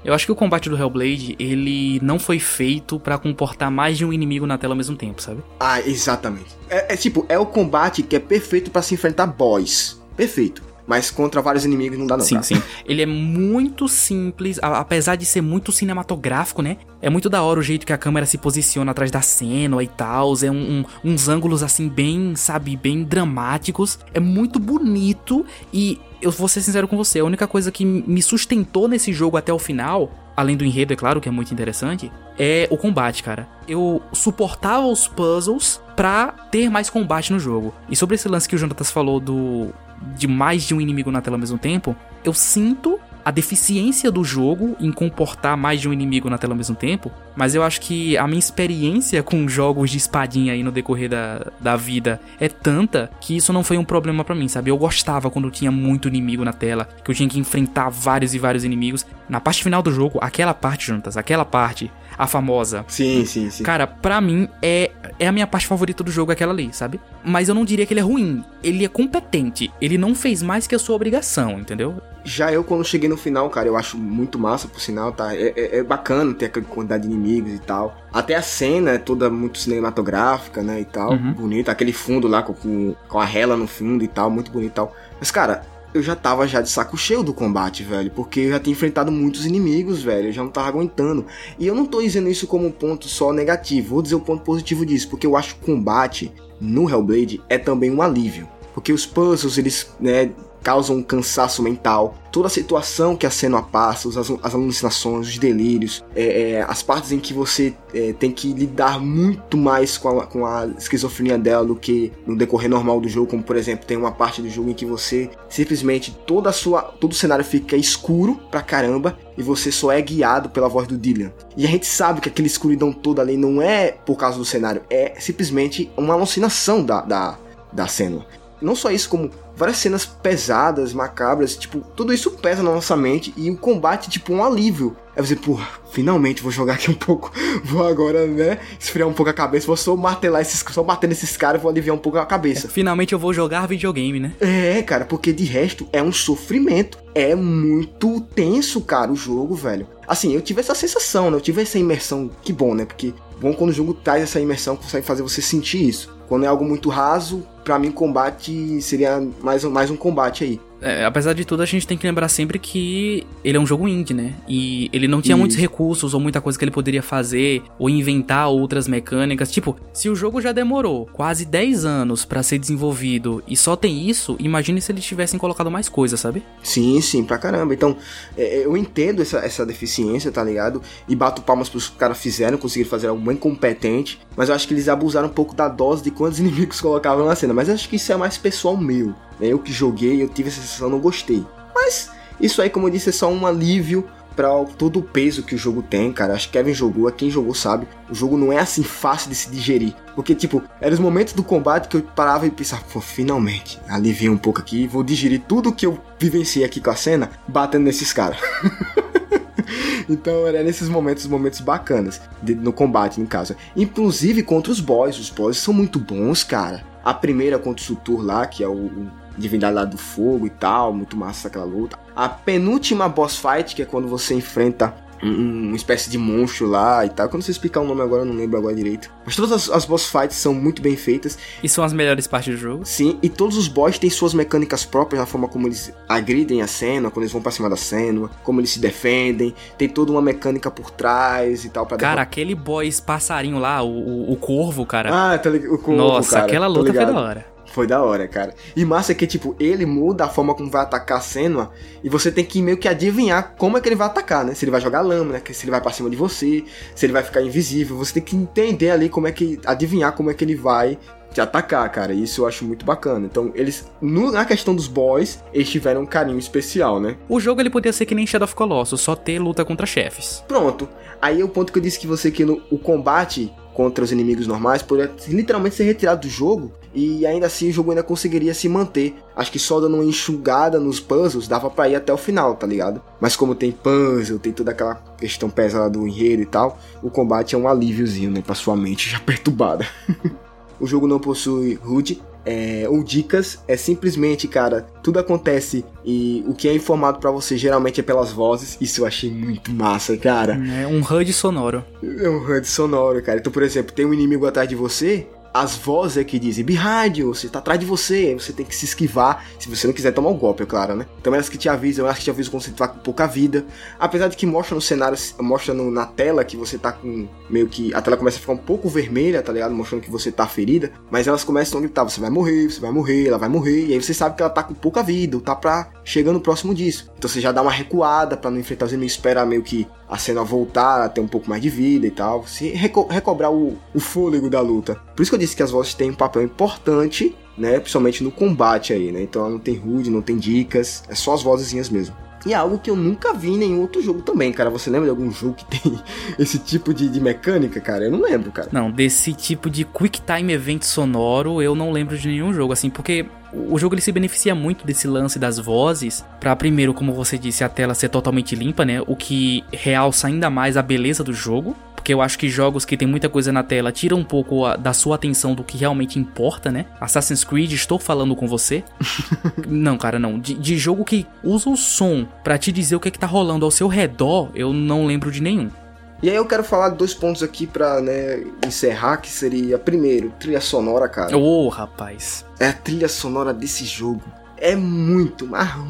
Eu acho que o combate do Hellblade, ele não foi feito pra comportar mais de um inimigo na tela ao mesmo tempo, sabe? Ah, exatamente. É o combate que é perfeito pra se enfrentar boss. Perfeito. Mas contra vários inimigos não dá não. Sim, sim. Ele é muito simples, apesar de ser muito cinematográfico, né? É muito da hora o jeito que a câmera se posiciona atrás da cena e tal. É uns ângulos assim bem, sabe, bem dramáticos. É muito bonito e eu vou ser sincero com você, a única coisa que me sustentou nesse jogo até o final, além do enredo, é claro, que é muito interessante, é o combate, cara. Eu suportava os puzzles pra ter mais combate no jogo. E sobre esse lance que o Jonatas falou de mais de um inimigo na tela ao mesmo tempo, eu sinto a deficiência do jogo em comportar mais de um inimigo na tela ao mesmo tempo, mas eu acho que a minha experiência com jogos de espadinha aí no decorrer da vida é tanta que isso não foi um problema pra mim, sabe? Eu gostava quando tinha muito inimigo na tela, que eu tinha que enfrentar vários e vários inimigos. Na parte final do jogo, aquela parte, Jonatas, a famosa. Sim. Cara, pra mim é a minha parte favorita do jogo, aquela ali, sabe? Mas eu não diria que ele é ruim. Ele é competente. Ele não fez mais que a sua obrigação, entendeu? Já eu, quando cheguei no final, cara, eu acho muito massa, por sinal, tá? É bacana ter aquela quantidade de inimigos e tal. Até a cena é toda muito cinematográfica, né, e tal. Bonita. Aquele fundo lá com a rela no fundo e tal, muito bonito e tal. Mas, cara, eu já tava de saco cheio do combate, velho, porque eu já tinha enfrentado muitos inimigos, velho, eu já não tava aguentando. E eu não tô dizendo isso como um ponto só negativo, vou dizer o ponto positivo disso, porque eu acho que o combate no Hellblade é também um alívio. Porque os puzzles, eles, né, causam um cansaço mental. Toda a situação que a Senua passa, as alucinações, os delírios, as partes em que você tem que lidar muito mais com a esquizofrenia dela do que no decorrer normal do jogo, como por exemplo, tem uma parte do jogo em que você simplesmente, todo o cenário fica escuro pra caramba e você só é guiado pela voz do Dillian. E a gente sabe que aquela escuridão toda ali não é por causa do cenário, é simplesmente uma alucinação da Senua. Não só isso, como várias cenas pesadas, macabras, tipo, tudo isso pesa na nossa mente e o combate, tipo, um alívio. Aí você, porra, finalmente vou jogar aqui um pouco, vou agora, né, esfriar um pouco a cabeça, vou só bater nesses caras, vou aliviar um pouco a cabeça. Finalmente eu vou jogar videogame, né? Cara, porque de resto é um sofrimento, é muito tenso, cara, o jogo, velho. Assim, eu tive essa sensação, né, eu tive essa imersão, que bom, né, porque bom quando o jogo traz essa imersão, consegue fazer você sentir isso. Quando é algo muito raso, pra mim combate seria mais um combate aí. Apesar de tudo, a gente tem que lembrar sempre que ele é um jogo indie, né? E ele não tinha muitos recursos ou muita coisa que ele poderia fazer ou inventar outras mecânicas. Tipo, se o jogo já demorou quase 10 anos pra ser desenvolvido e só tem isso, imagine se eles tivessem colocado mais coisa, sabe? Sim, pra caramba. Então, eu entendo essa deficiência, tá ligado? E bato palmas pros que os caras fizeram, conseguiram fazer algo bem competente. Mas eu acho que eles abusaram um pouco da dose de quantos inimigos colocavam na cena. Mas eu acho que isso é mais pessoal meu. Eu que joguei, eu tive essa sensação, não gostei. Mas isso aí, como eu disse, é só um alívio pra todo o peso que o jogo tem, cara. Acho que Kevin jogou, quem jogou sabe. O jogo não é assim fácil de se digerir. Porque, tipo, eram os momentos do combate que eu parava e pensava, pô, finalmente, aliviei um pouco aqui, vou digerir tudo que eu vivenciei aqui com a cena, batendo nesses caras. Então era nesses momentos bacanas no combate, no caso. Inclusive contra os boss são muito bons, cara. A primeira contra o Surtur lá, que é o divindade lá do fogo e tal, muito massa aquela luta. A penúltima boss fight, que é quando você enfrenta uma espécie de monstro lá e tal. Quando você explicar o nome agora, eu não lembro agora direito. Mas todas as boss fights são muito bem feitas. E são as melhores partes do jogo. Sim, e todos os boss têm suas mecânicas próprias, na forma como eles agridem a Senua, quando eles vão pra cima da Senua, como eles se defendem. Tem toda uma mecânica por trás e tal. Cara, aquele boss passarinho lá, o corvo, cara. Ah, o corvo, nossa, cara, aquela luta foi da hora. Foi da hora, cara. E massa é que, tipo, ele muda a forma como vai atacar a Senua e você tem que meio que adivinhar como é que ele vai atacar, né? Se ele vai jogar lâmina, se ele vai pra cima de você, se ele vai ficar invisível. Você tem que entender ali adivinhar como é que ele vai te atacar, cara. Isso eu acho muito bacana. Então, eles, na questão dos boss, eles tiveram um carinho especial, né? O jogo, ele podia ser que nem Shadow of Colossus, só ter luta contra chefes. Pronto. Aí é o ponto que eu disse que o combate contra os inimigos normais poderia literalmente ser retirado do jogo e ainda assim o jogo ainda conseguiria se manter. Acho que só dando uma enxugada nos puzzles dava pra ir até o final, tá ligado? Mas como tem puzzle, tem toda aquela questão pesada do enredo e tal, o combate é um alíviozinho, né, pra sua mente já perturbada. O jogo não possui HUD, ou dicas, é simplesmente, cara, tudo acontece e o que é informado pra você geralmente é pelas vozes. Isso eu achei muito massa, cara. É um HUD sonoro. É um HUD sonoro, cara. Então, por exemplo, tem um inimigo atrás de você, as vozes é que dizem behind you, você tá atrás de você tem que se esquivar, se você não quiser tomar o golpe, é claro, né? Então elas que te avisam, quando você tá com pouca vida, apesar de que mostra no cenário, mostra na tela que você tá com meio que, a tela começa a ficar um pouco vermelha, tá ligado? Mostrando que você tá ferida, mas elas começam a gritar, você vai morrer, ela vai morrer, e aí você sabe que ela tá com pouca vida, ou tá chegando próximo disso. Então você já dá uma recuada pra não enfrentar os inimigos, esperar meio que a cena voltar a ter um pouco mais de vida e tal, se recobrar o fôlego da luta. Por isso que eu disse que as vozes têm um papel importante, né, principalmente no combate aí, né, então não tem HUD, não tem dicas, é só as vozezinhas mesmo. E é algo que eu nunca vi em nenhum outro jogo também, cara. Você lembra de algum jogo que tem esse tipo de mecânica, cara? Eu não lembro, cara. Não, desse tipo de Quick Time Event sonoro, eu não lembro de nenhum jogo, assim, porque o jogo ele se beneficia muito desse lance das vozes, pra primeiro, como você disse, a tela ser totalmente limpa, né, o que realça ainda mais a beleza do jogo. Porque eu acho que jogos que tem muita coisa na tela tiram um pouco da sua atenção do que realmente importa, né? Assassin's Creed, estou falando com você. Não, cara, não. De jogo que usa o som pra te dizer o que tá rolando ao seu redor, eu não lembro de nenhum. E aí eu quero falar de 2 pontos aqui pra, né, encerrar, que seria, primeiro, trilha sonora, cara. Ô, rapaz. É a trilha sonora desse jogo. É muito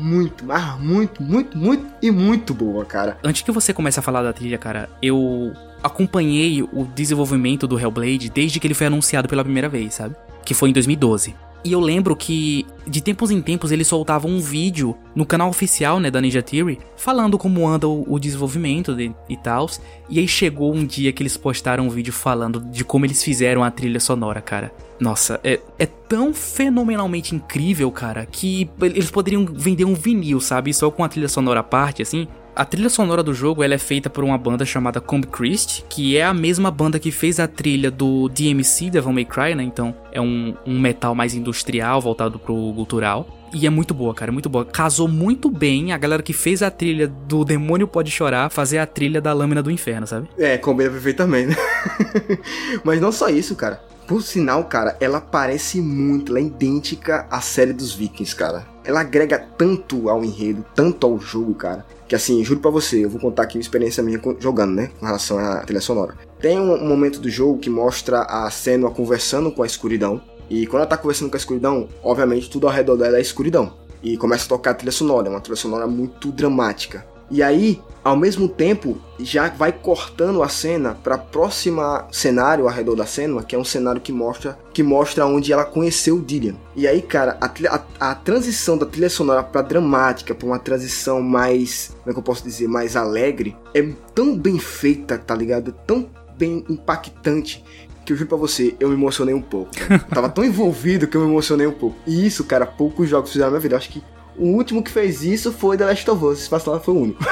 boa, cara. Antes que você comece a falar da trilha, cara, eu acompanhei o desenvolvimento do Hellblade desde que ele foi anunciado pela primeira vez, sabe? Que foi em 2012. E eu lembro que, de tempos em tempos, eles soltavam um vídeo no canal oficial, né, da Ninja Theory, falando como anda o desenvolvimento e tal. E aí chegou um dia que eles postaram um vídeo falando de como eles fizeram a trilha sonora, cara. Nossa, é tão fenomenalmente incrível, cara, que eles poderiam vender um vinil, sabe? Só com a trilha sonora à parte, assim. A trilha sonora do jogo ela é feita por uma banda chamada Comb Christ, que é a mesma banda que fez a trilha do DMC, Devil May Cry, né? Então é um metal mais industrial, voltado pro gutural. E é muito boa, cara, muito boa. Casou muito bem a galera que fez a trilha do Demônio Pode Chorar fazer a trilha da Lâmina do Inferno, sabe? É, combina perfeitamente, né? Mas não só isso, cara. Por sinal, cara, ela parece muito, ela é idêntica à série dos Vikings, cara. Ela agrega tanto ao enredo, tanto ao jogo, cara, que assim, juro pra você, eu vou contar aqui uma experiência minha jogando, né, com relação à trilha sonora. Tem um momento do jogo que mostra a Senua conversando com a escuridão, e quando ela tá conversando com a escuridão, obviamente tudo ao redor dela é escuridão. E começa a tocar a trilha sonora, uma trilha sonora muito dramática. E aí, ao mesmo tempo, já vai cortando a cena para próxima cenário ao redor da Senua, que é um cenário que mostra onde ela conheceu o Dillion. E aí, cara, a transição da trilha sonora para dramática, para uma transição mais, como é que eu posso dizer, mais alegre, é tão bem feita, tá ligado? Tão bem impactante, que eu juro pra você, eu me emocionei um pouco. Eu tava tão envolvido que eu me emocionei um pouco. E isso, cara, poucos jogos fizeram na minha vida. Eu acho que o último que fez isso foi The Last of Us. Esse passado foi o único.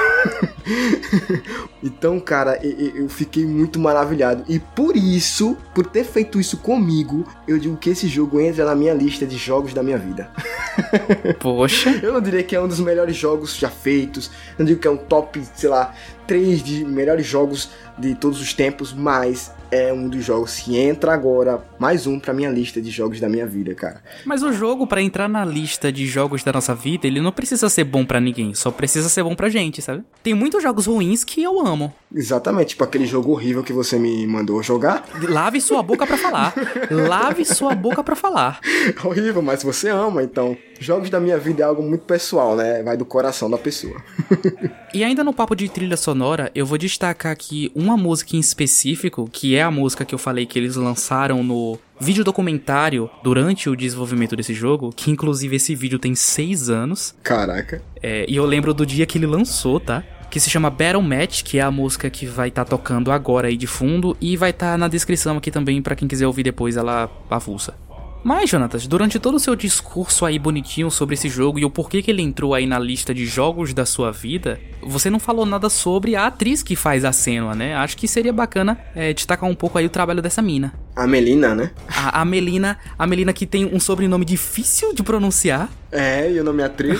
Então, cara, eu fiquei muito maravilhado. E por isso, por ter feito isso comigo, eu digo que esse jogo entra na minha lista de jogos da minha vida. Poxa. Eu não diria que é um dos melhores jogos já feitos. Eu não digo que é um top, sei lá, 3 de melhores jogos de todos os tempos, mas é um dos jogos que entra agora, mais um pra minha lista de jogos da minha vida, cara. Mas o jogo, pra entrar na lista de jogos da nossa vida, ele não precisa ser bom pra ninguém, só precisa ser bom pra gente, sabe? Tem muitos jogos ruins que eu amo. Exatamente, tipo aquele jogo horrível que você me mandou jogar. Lave sua boca pra falar. Lave sua boca pra falar. Horrível, mas você ama, então. Jogos da minha vida é algo muito pessoal, né? Vai do coração da pessoa. E ainda no papo de trilha sonora, eu vou destacar aqui uma música em específico, que é a música que eu falei que eles lançaram no vídeo documentário durante o desenvolvimento desse jogo, que inclusive esse vídeo tem 6 anos. Caraca. E eu lembro do dia que ele lançou, tá? Que se chama Battle Match, que é a música que vai estar tocando agora aí de fundo, e vai estar na descrição aqui também pra quem quiser ouvir depois ela avulsa. Mas, Jonatas, durante todo o seu discurso aí bonitinho sobre esse jogo e o porquê que ele entrou aí na lista de jogos da sua vida, você não falou nada sobre a atriz que faz a Senua, né? Acho que seria bacana destacar um pouco aí o trabalho dessa mina. A Melina, né? A Melina que tem um sobrenome difícil de pronunciar. É, e o nome é atriz.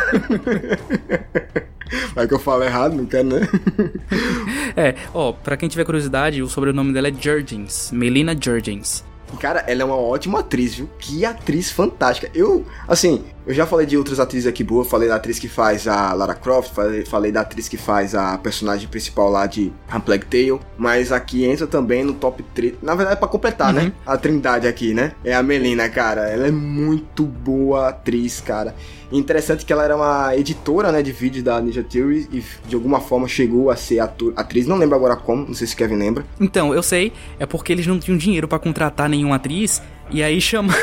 Vai que eu falo errado, não quero, né? Pra quem tiver curiosidade, o sobrenome dela é Jurgens, Melina Jurgens. Cara, ela é uma ótima atriz, viu? Que atriz fantástica. Eu já falei de outras atrizes aqui boas. Falei da atriz que faz a Lara Croft. Falei da atriz que faz a personagem principal lá de A Plague Tale. Mas aqui entra também no top 3. Na verdade, pra completar, né? A trindade aqui, né? É a Melina, cara. Ela é muito boa atriz, cara. Interessante que ela era uma editora, né, de vídeos da Ninja Theory e de alguma forma chegou a ser atriz. Não lembro agora como, não sei se o Kevin lembra. Então, eu sei, é porque eles não tinham dinheiro pra contratar nenhuma atriz e aí chamaram...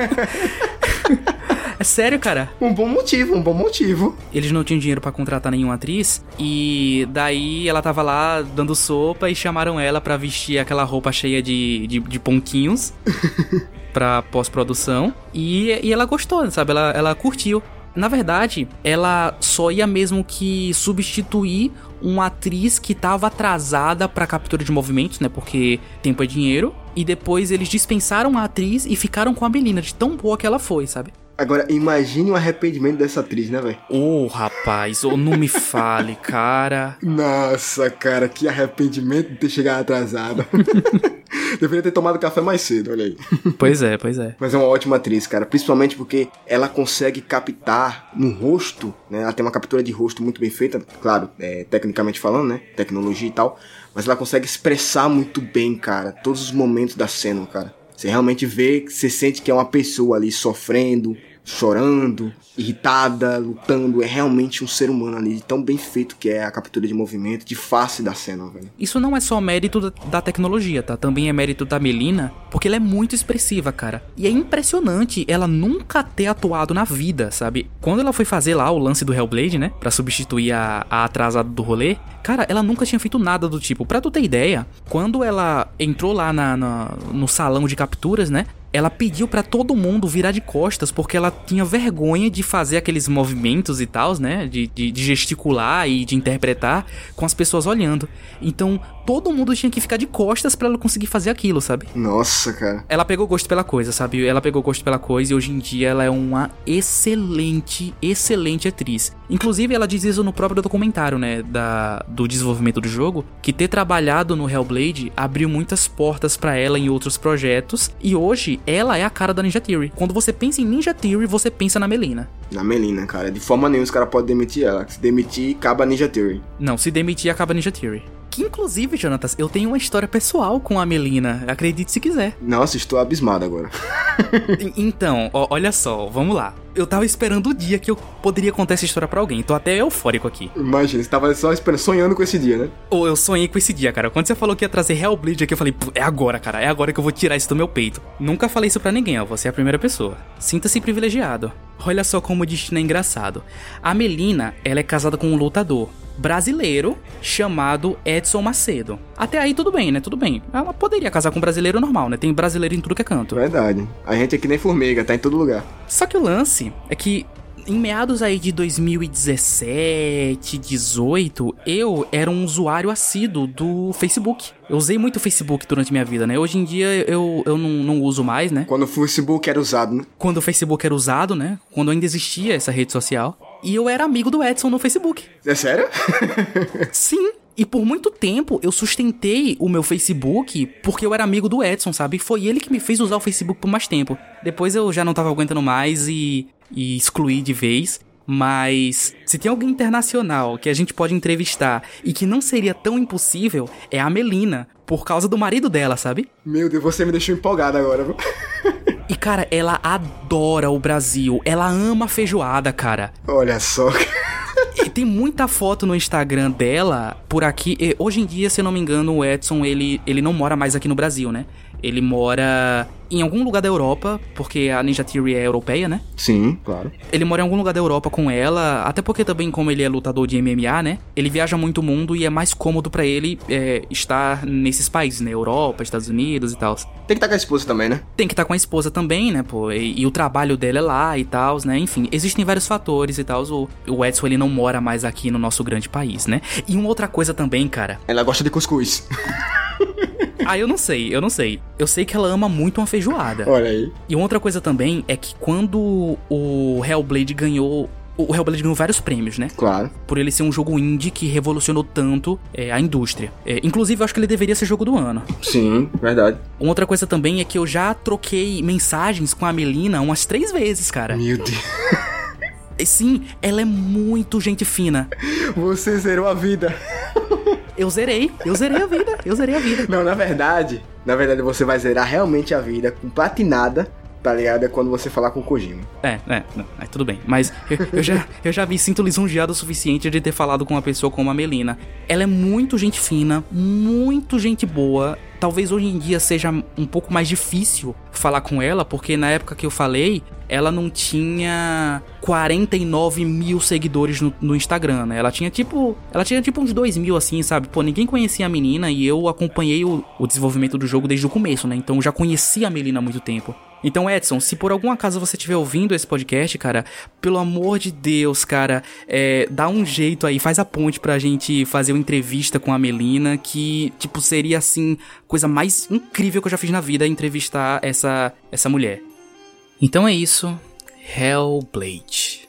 É sério, cara. Um bom motivo. Eles não tinham dinheiro pra contratar nenhuma atriz e daí ela tava lá dando sopa e chamaram ela pra vestir aquela roupa cheia de ponquinhos pra pós-produção e ela gostou, sabe? Ela curtiu. Na verdade, ela só ia mesmo que substituir uma atriz que tava atrasada pra captura de movimentos, né? Porque tempo é dinheiro. E depois eles dispensaram a atriz e ficaram com a Melina, de tão boa que ela foi, sabe? Agora, imagine o arrependimento dessa atriz, né, velho? Rapaz, não me fale, cara. Nossa, cara, que arrependimento de ter chegado atrasado. Deveria ter tomado café mais cedo, olha aí. Pois é. Mas é uma ótima atriz, cara. Principalmente porque ela consegue captar no rosto, né? Ela tem uma captura de rosto muito bem feita, claro, tecnicamente falando, né? Tecnologia e tal. Mas ela consegue expressar muito bem, cara, todos os momentos da cena, cara. Você realmente vê, você sente que é uma pessoa ali sofrendo, chorando, irritada, lutando. É realmente um ser humano ali, tão bem feito que é a captura de movimento, de face da cena, velho. Isso não é só mérito da tecnologia, tá? Também é mérito da Melina, porque ela é muito expressiva, cara. E é impressionante ela nunca ter atuado na vida, sabe? Quando ela foi fazer lá o lance do Hellblade, né? Pra substituir a atrasada do rolê, cara, ela nunca tinha feito nada do tipo. Pra tu ter ideia, quando ela entrou lá no salão de capturas, né? Ela pediu pra todo mundo virar de costas porque ela tinha vergonha de fazer aqueles movimentos e tal, né? De gesticular e de interpretar com as pessoas olhando. Então, todo mundo tinha que ficar de costas pra ela conseguir fazer aquilo, sabe? Nossa, cara. Ela pegou gosto pela coisa, sabe? Ela pegou gosto pela coisa e hoje em dia ela é uma excelente atriz. Inclusive, ela diz isso no próprio documentário, né? Do desenvolvimento do jogo, que ter trabalhado no Hellblade abriu muitas portas pra ela em outros projetos e hoje ela é a cara da Ninja Theory. Quando você pensa em Ninja Theory, você pensa na Melina. Na Melina, cara. De forma nenhuma os caras podem demitir ela. Se demitir, acaba a Ninja Theory. Não, se demitir, acaba a Ninja Theory. Que, inclusive, Jonatas, eu tenho uma história pessoal com a Melina. Acredite se quiser. Nossa, estou abismado agora. Então, olha só, vamos lá. Eu tava esperando o dia que eu poderia contar essa história pra alguém. Tô até eufórico aqui. Imagina, você tava só esperando, sonhando com esse dia, né? Ou eu sonhei com esse dia, cara. Quando você falou que ia trazer Hellblade aqui, eu falei, é agora, cara. É agora que eu vou tirar isso do meu peito. Nunca falei isso pra ninguém, ó. Você é a primeira pessoa. Sinta-se privilegiado. Olha só como o destino é engraçado. A Melina, ela é casada com um lutador brasileiro chamado Edson Macedo. Até aí tudo bem, né? Tudo bem. Ela poderia casar com um brasileiro normal, né? Tem brasileiro em tudo que é canto. Verdade. A gente é que nem formiga, tá em todo lugar. Só que o lance é que em meados aí de 2017, 18, eu era um usuário assíduo do Facebook. Eu usei muito o Facebook durante minha vida, né? Hoje em dia eu não uso mais, né? Quando o Facebook era usado, né? Quando o Facebook era usado, né? Quando ainda existia essa rede social. E eu era amigo do Edson no Facebook. É sério? Sim. E por muito tempo eu sustentei o meu Facebook porque eu era amigo do Edson, sabe? Foi ele que me fez usar o Facebook por mais tempo. Depois eu já não tava aguentando mais e excluí de vez. Mas se tem alguém internacional que a gente pode entrevistar e que não seria tão impossível, é a Melina, por causa do marido dela, sabe? Meu Deus, você me deixou empolgado agora, viu? E, cara, ela adora o Brasil. Ela ama feijoada, cara. Olha só. E tem muita foto no Instagram dela por aqui. E, hoje em dia, se eu não me engano, o Edson, ele não mora mais aqui no Brasil, né? Ele mora em algum lugar da Europa, porque a Ninja Theory é europeia, né? Sim, claro. Ele mora em algum lugar da Europa com ela, até porque também, como ele é lutador de MMA, né? Ele viaja muito o mundo e é mais cômodo pra ele estar nesses países, né? Europa, Estados Unidos e tal. Tem que estar com a esposa também, né? Tem que estar com a esposa também, né, pô? E o trabalho dela é lá e tal, né? Enfim, existem vários fatores e tal. O Edson, ele não mora mais aqui no nosso grande país, né? E uma outra coisa também, cara... Ela gosta de cuscuz. Ah, eu não sei. Eu sei que ela ama muito uma feijoada. Olha aí. E outra coisa também é que quando o Hellblade ganhou o Hellblade ganhou vários prêmios, né? Claro. Por ele ser um jogo indie que revolucionou tanto a indústria. Inclusive, eu acho que ele deveria ser jogo do ano. Sim, verdade. Uma outra coisa também é que eu já troquei mensagens com a Melina umas 3 vezes, cara. Meu Deus. Sim, ela é muito gente fina. Você zerou a vida. Eu zerei a vida. Não, na verdade você vai zerar realmente a vida com platinada, tá ligado? É quando você falar com o Kojima. Não, tudo bem. Mas eu já me sinto lisonjeado o suficiente de ter falado com uma pessoa como a Melina. Ela é muito gente fina, muito gente boa. Talvez hoje em dia seja um pouco mais difícil falar com ela, porque na época que eu falei, ela não tinha 49 mil seguidores no Instagram, né? Ela tinha tipo uns 2 mil, assim, sabe? Pô, ninguém conhecia a menina e eu acompanhei o desenvolvimento do jogo desde o começo, né? Então eu já conhecia a Melina há muito tempo. Então, Edson, se por algum acaso você estiver ouvindo esse podcast, cara, pelo amor de Deus, cara, dá um jeito aí, faz a ponte pra gente fazer uma entrevista com a Melina, que, tipo, seria, assim, coisa mais incrível que eu já fiz na vida, entrevistar essa mulher. Então é isso, Hellblade.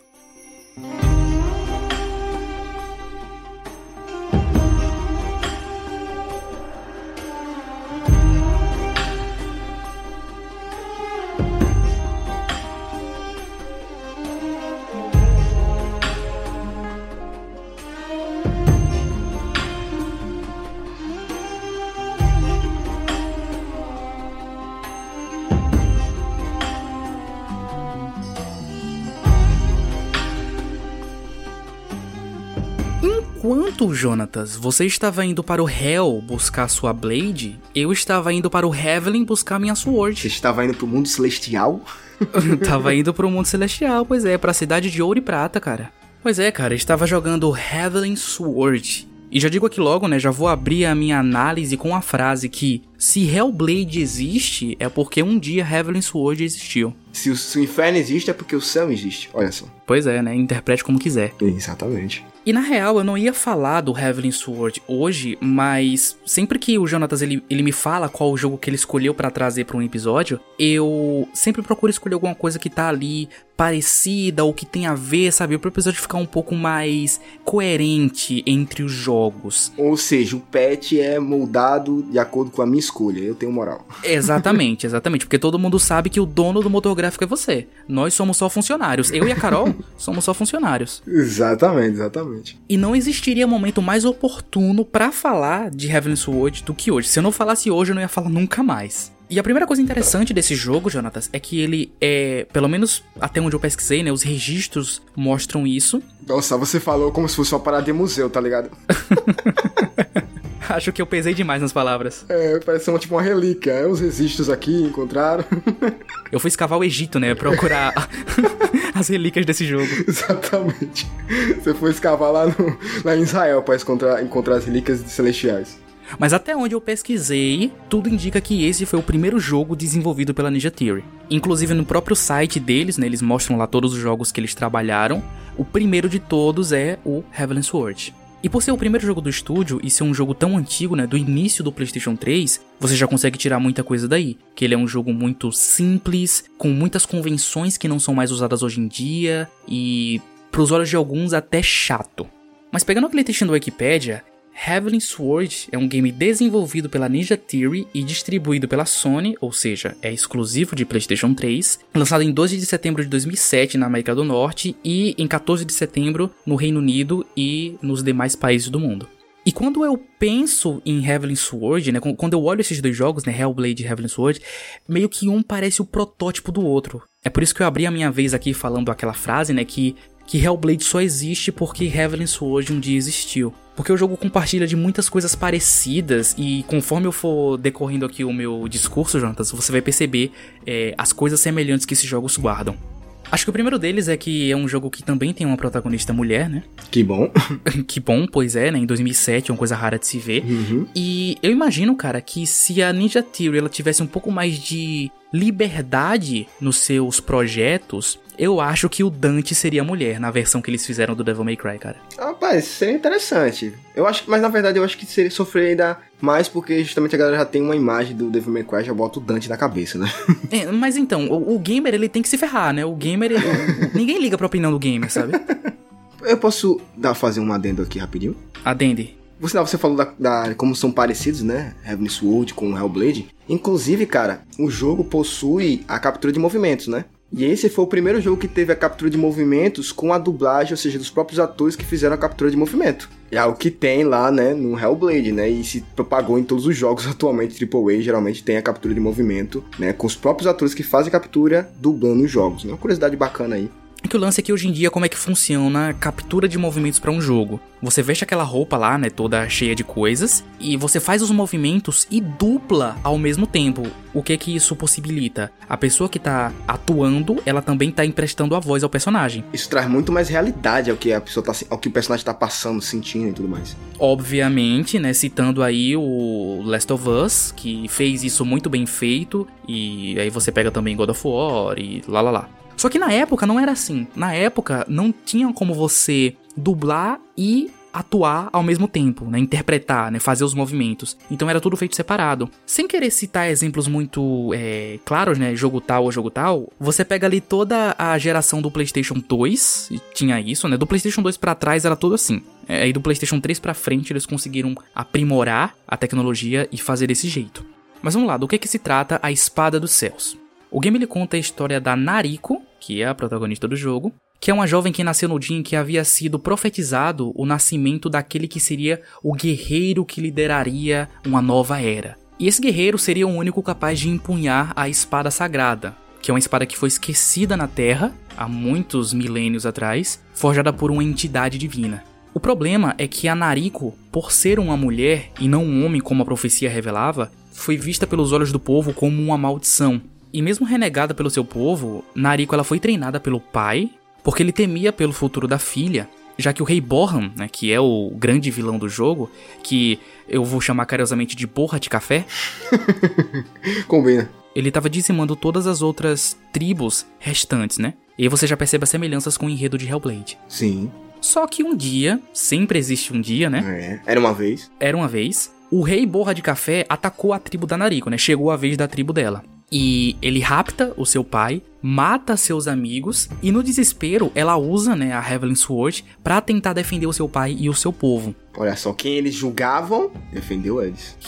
Enquanto, Jonatas, você estava indo para o Hell buscar sua Blade, eu estava indo para o Heaven buscar minha Sword. Você estava indo pro mundo celestial? Tava indo pro mundo celestial, pois é, pra cidade de ouro e prata, cara. Pois é, cara, estava jogando Heaven Sword. E já digo aqui logo, né, já vou abrir a minha análise com a frase que se Hellblade existe, é porque um dia Heaven Sword existiu. Se o inferno existe, é porque o céu existe, olha só. Pois é, né, interprete como quiser. Exatamente. E na real, eu não ia falar do Heaven Sword hoje, mas sempre que o Jonatas ele me fala qual o jogo que ele escolheu pra trazer pra um episódio, eu sempre procuro escolher alguma coisa que tá ali parecida ou que tem a ver, sabe? Pro episódio ficar um pouco mais coerente entre os jogos. Ou seja, o patch é moldado de acordo com a minha escolha, eu tenho moral. Exatamente, porque todo mundo sabe que o dono do motor gráfico é você. Nós somos só funcionários. Eu e a Carol somos só funcionários. Exatamente. E não existiria momento mais oportuno pra falar de Heaven Sword do que hoje. Se eu não falasse hoje, eu não ia falar nunca mais. E a primeira coisa interessante desse jogo, Jonatas, é que ele pelo menos até onde eu pesquisei, né, os registros mostram isso. Nossa, você falou como se fosse uma parada de museu, tá ligado? Acho que eu pesei demais nas palavras. Parece tipo uma relíquia. Os registros aqui encontraram. Eu fui escavar o Egito, né, procurar as relíquias desse jogo. Exatamente. Você foi escavar lá em Israel pra encontrar as relíquias celestiais. Mas até onde eu pesquisei, tudo indica que esse foi o primeiro jogo desenvolvido pela Ninja Theory. Inclusive no próprio site deles, né, eles mostram lá todos os jogos que eles trabalharam. O primeiro de todos é o Heaven Sword. E por ser o primeiro jogo do estúdio e ser um jogo tão antigo, né, do início do PlayStation 3, você já consegue tirar muita coisa daí. Que ele é um jogo muito simples, com muitas convenções que não são mais usadas hoje em dia e, pros olhos de alguns, até chato. Mas pegando aquele textinho do Wikipedia, Heaven Sword é um game desenvolvido pela Ninja Theory e distribuído pela Sony, ou seja, é exclusivo de PlayStation 3, lançado em 12 de setembro de 2007 na América do Norte e em 14 de setembro no Reino Unido e nos demais países do mundo. E quando eu penso em Heaven Sword, né, quando eu olho esses dois jogos, né, Hellblade e Heaven Sword, meio que um parece o protótipo do outro. É por isso que eu abri a minha vez aqui falando aquela frase, né, que Hellblade só existe porque Heaven Sword um dia existiu. Porque o jogo compartilha de muitas coisas parecidas e conforme eu for decorrendo aqui o meu discurso, Jonatas, você vai perceber as coisas semelhantes que esses jogos guardam. Acho que o primeiro deles é que é um jogo que também tem uma protagonista mulher, né? Que bom. Que bom, pois é, né? Em 2007 é uma coisa rara de se ver. Uhum. E eu imagino, cara, que se a Ninja Theory ela tivesse um pouco mais de liberdade nos seus projetos, eu acho que o Dante seria mulher na versão que eles fizeram do Devil May Cry, cara. Rapaz, seria interessante. Mas na verdade eu acho que seria sofrer ainda mais porque justamente a galera já tem uma imagem do Devil May Cry, já bota o Dante na cabeça, né? Mas então, o gamer, ele tem que se ferrar, né? O gamer, ninguém liga pra opinião do gamer, sabe? Eu posso fazer um adendo aqui rapidinho? Adende. Você falou da como são parecidos, né? Heavenly Sword com Hellblade. Inclusive, cara, o jogo possui a captura de movimentos, né? E esse foi o primeiro jogo que teve a captura de movimentos com a dublagem, ou seja, dos próprios atores que fizeram a captura de movimento. É o que tem lá, né, no Hellblade, né? E se propagou em todos os jogos atualmente, AAA geralmente tem a captura de movimento, né? Com os próprios atores que fazem captura dublando os jogos, né? Uma curiosidade bacana aí. É que o lance é que hoje em dia, como é que funciona a captura de movimentos pra um jogo? Você veste aquela roupa lá, né, toda cheia de coisas, e você faz os movimentos e dupla ao mesmo tempo. O que isso possibilita? A pessoa que tá atuando, ela também tá emprestando a voz ao personagem. Isso traz muito mais realidade ao que ao que o personagem tá passando, sentindo e tudo mais. Obviamente, né, citando aí o Last of Us, que fez isso muito bem feito, e aí você pega também God of War e lá. Só que na época não era assim. Na época não tinha como você dublar e atuar ao mesmo tempo, né? Interpretar, né? Fazer os movimentos. Então era tudo feito separado. Sem querer citar exemplos muito claros, né? Jogo tal ou jogo tal, você pega ali toda a geração do PlayStation 2, e tinha isso, né? Do PlayStation 2 pra trás era tudo assim. Aí do PlayStation 3 pra frente eles conseguiram aprimorar a tecnologia e fazer desse jeito. Mas vamos lá, do que se trata a Espada dos Céus? O game ele conta a história da Nariko, que é a protagonista do jogo, que é uma jovem que nasceu no dia em que havia sido profetizado o nascimento daquele que seria o guerreiro que lideraria uma nova era. E esse guerreiro seria o único capaz de empunhar a espada sagrada, que é uma espada que foi esquecida na Terra há muitos milênios atrás, forjada por uma entidade divina. O problema é que a Nariko, por ser uma mulher e não um homem como a profecia revelava, foi vista pelos olhos do povo como uma maldição. E mesmo renegada pelo seu povo, Nariko ela foi treinada pelo pai, porque ele temia pelo futuro da filha, já que o rei Borhan, né, que é o grande vilão do jogo, que eu vou chamar carinhosamente de borra de café, combina. Ele estava dizimando todas as outras tribos restantes, né? E aí você já percebe as semelhanças com o enredo de Hellblade. Sim. Só que um dia, sempre existe um dia, né? Era uma vez, o rei Borra de Café atacou a tribo da Nariko, né? Chegou a vez da tribo dela. E ele rapta o seu pai, mata seus amigos e no desespero ela usa, né, a Heavenly Sword pra tentar defender o seu pai e o seu povo. Olha só, quem eles julgavam, defendeu eles.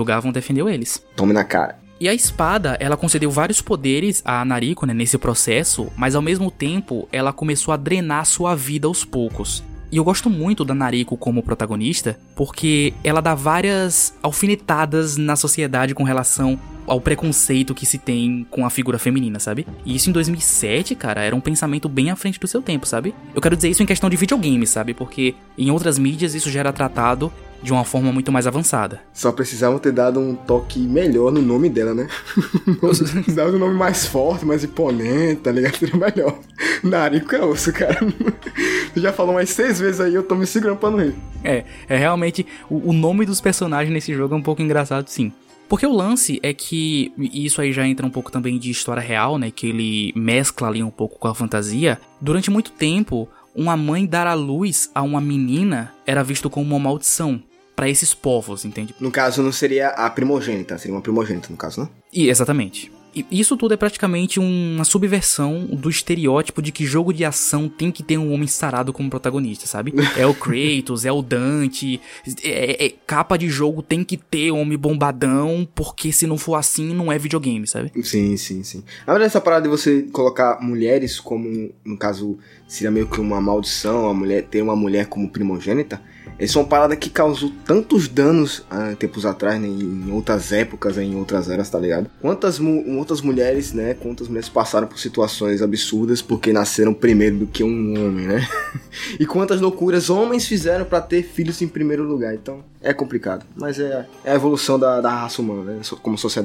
Tome na cara. E a espada, ela concedeu vários poderes a Nariko, né, nesse processo, mas ao mesmo tempo ela começou a drenar sua vida aos poucos. E eu gosto muito da Nariko como protagonista, porque ela dá várias alfinetadas na sociedade com relação ao preconceito que se tem com a figura feminina, sabe? E isso em 2007, cara, era um pensamento bem à frente do seu tempo, sabe? Eu quero dizer isso em questão de videogame, sabe? Porque em outras mídias isso já era tratado de uma forma muito mais avançada. Só precisavam ter dado um toque melhor no nome dela, né? Dava um nome mais forte, mais imponente, tá ligado? Seria melhor. Nariko é osso, cara. Tu já falou umas 6 vezes aí, eu tô me segurando pra não rir. É realmente, o nome dos personagens nesse jogo é um pouco engraçado, sim. Porque o lance é que, e isso aí já entra um pouco também de história real, né? Que ele mescla ali um pouco com a fantasia. Durante muito tempo, uma mãe dar à luz a uma menina era visto como uma maldição pra esses povos, entende? No caso, não seria a primogênita, seria uma primogênita no caso, né? Exatamente. E isso tudo é praticamente uma subversão do estereótipo de que jogo de ação tem que ter um homem sarado como protagonista, sabe? É o Kratos, é o Dante, capa de jogo tem que ter homem bombadão, porque se não for assim, não é videogame, sabe? Sim. Na verdade, essa parada de você colocar mulheres como, no caso, seria meio que uma maldição, ter uma mulher como primogênita, essa é uma parada que causou tantos danos há tempos atrás, né, em outras épocas, em outras eras, tá ligado? Quantas mulheres, né, passaram por situações absurdas porque nasceram primeiro do que um homem, né? E quantas loucuras homens fizeram pra ter filhos em primeiro lugar. Então, é complicado. Mas é a evolução da raça humana, né, como sociedade.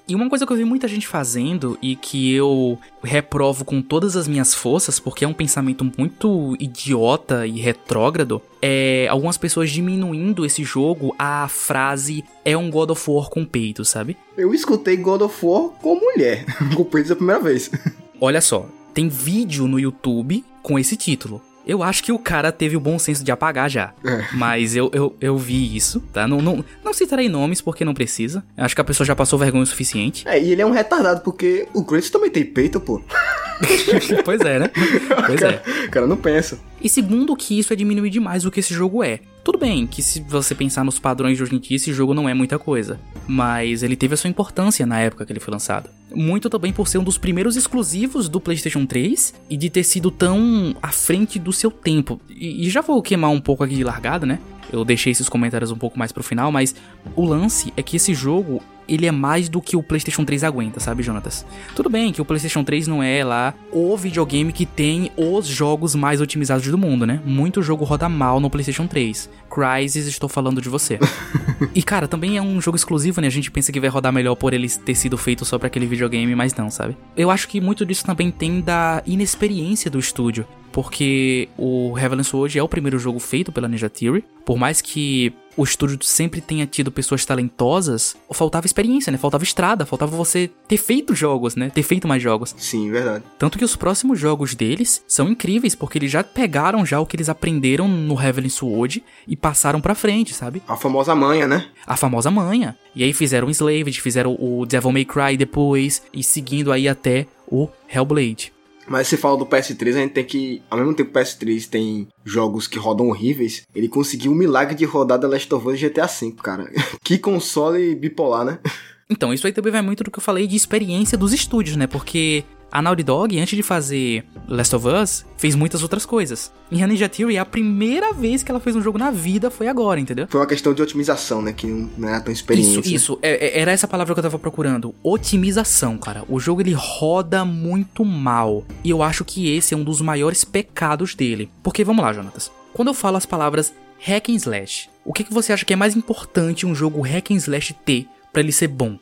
E uma coisa que eu vi muita gente fazendo e que eu reprovo com todas as minhas forças, porque é um pensamento muito idiota e retrógrado, é algumas pessoas diminuindo esse jogo a frase é um God of War com peito, sabe? Eu escutei God of War com mulher, com peito da primeira vez. Olha só, tem vídeo no YouTube com esse título. Eu acho que o cara teve o bom senso de apagar já. Mas eu vi isso, tá? Não citarei nomes porque não precisa. Acho que a pessoa já passou vergonha o suficiente. E ele é um retardado porque o Kratos também tem peito, pô. Pois é, né? Pois é. O cara não pensa. E segundo que isso é diminuir demais o que esse jogo é. Tudo bem que se você pensar nos padrões de hoje em dia, esse jogo não é muita coisa. Mas ele teve a sua importância na época que ele foi lançado. Muito também por ser um dos primeiros exclusivos do PlayStation 3 e de ter sido tão à frente do seu tempo. E já vou queimar um pouco aqui de largada, né? Eu deixei esses comentários um pouco mais pro final, mas o lance é que esse jogo, ele é mais do que o PlayStation 3 aguenta, sabe, Jonatas? Tudo bem que o PlayStation 3 não é lá o videogame que tem os jogos mais otimizados do mundo, né? Muito jogo roda mal no PlayStation 3. Crysis, estou falando de você. E, cara, também é um jogo exclusivo, né? A gente pensa que vai rodar melhor por ele ter sido feito só pra aquele videogame, mas não, sabe? Eu acho que muito disso também tem da inexperiência do estúdio. Porque o Heavenly Sword é o primeiro jogo feito pela Ninja Theory. Por mais que o estúdio sempre tenha tido pessoas talentosas, faltava experiência, né? Faltava estrada, faltava você ter feito jogos, né? Ter feito mais jogos. Sim, verdade. Tanto que os próximos jogos deles são incríveis, porque eles já pegaram já o que eles aprenderam no Heavenly Sword e passaram pra frente, sabe? A famosa manha, né? A famosa manha. E aí fizeram o Enslaved, fizeram o Devil May Cry depois, e seguindo aí até o Hellblade. Mas você fala do PS3, a gente tem que... Ao mesmo tempo que o PS3 tem jogos que rodam horríveis, ele conseguiu o milagre de rodar The Last of Us e GTA V, cara. Que console bipolar, né? Então, isso aí também vai muito do que eu falei de experiência dos estúdios, né? Porque a Naughty Dog, antes de fazer Last of Us, fez muitas outras coisas. E a Ninja Theory, a primeira vez que ela fez um jogo na vida foi agora, entendeu? Foi uma questão de otimização, né? Que não era tão experiente. Isso. Era essa palavra que eu tava procurando. Otimização, cara. O jogo, ele roda muito mal. E eu acho que esse é um dos maiores pecados dele. Porque, vamos lá, Jonatas. Quando eu falo as palavras hack and slash, o que você acha que é mais importante um jogo hack and slash ter pra ele ser bom?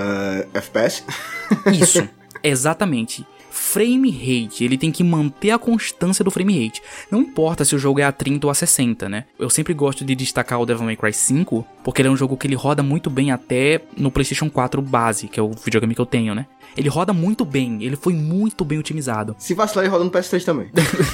FPS? Isso, exatamente. Frame rate, ele tem que manter a constância do frame rate. Não importa se o jogo é a 30 ou a 60, né? Eu sempre gosto de destacar o Devil May Cry 5, porque ele é um jogo que ele roda muito bem até no PlayStation 4 base, que é o videogame que eu tenho, né? Ele roda muito bem, ele foi muito bem otimizado. Se vacilar, ele roda no PS3 também.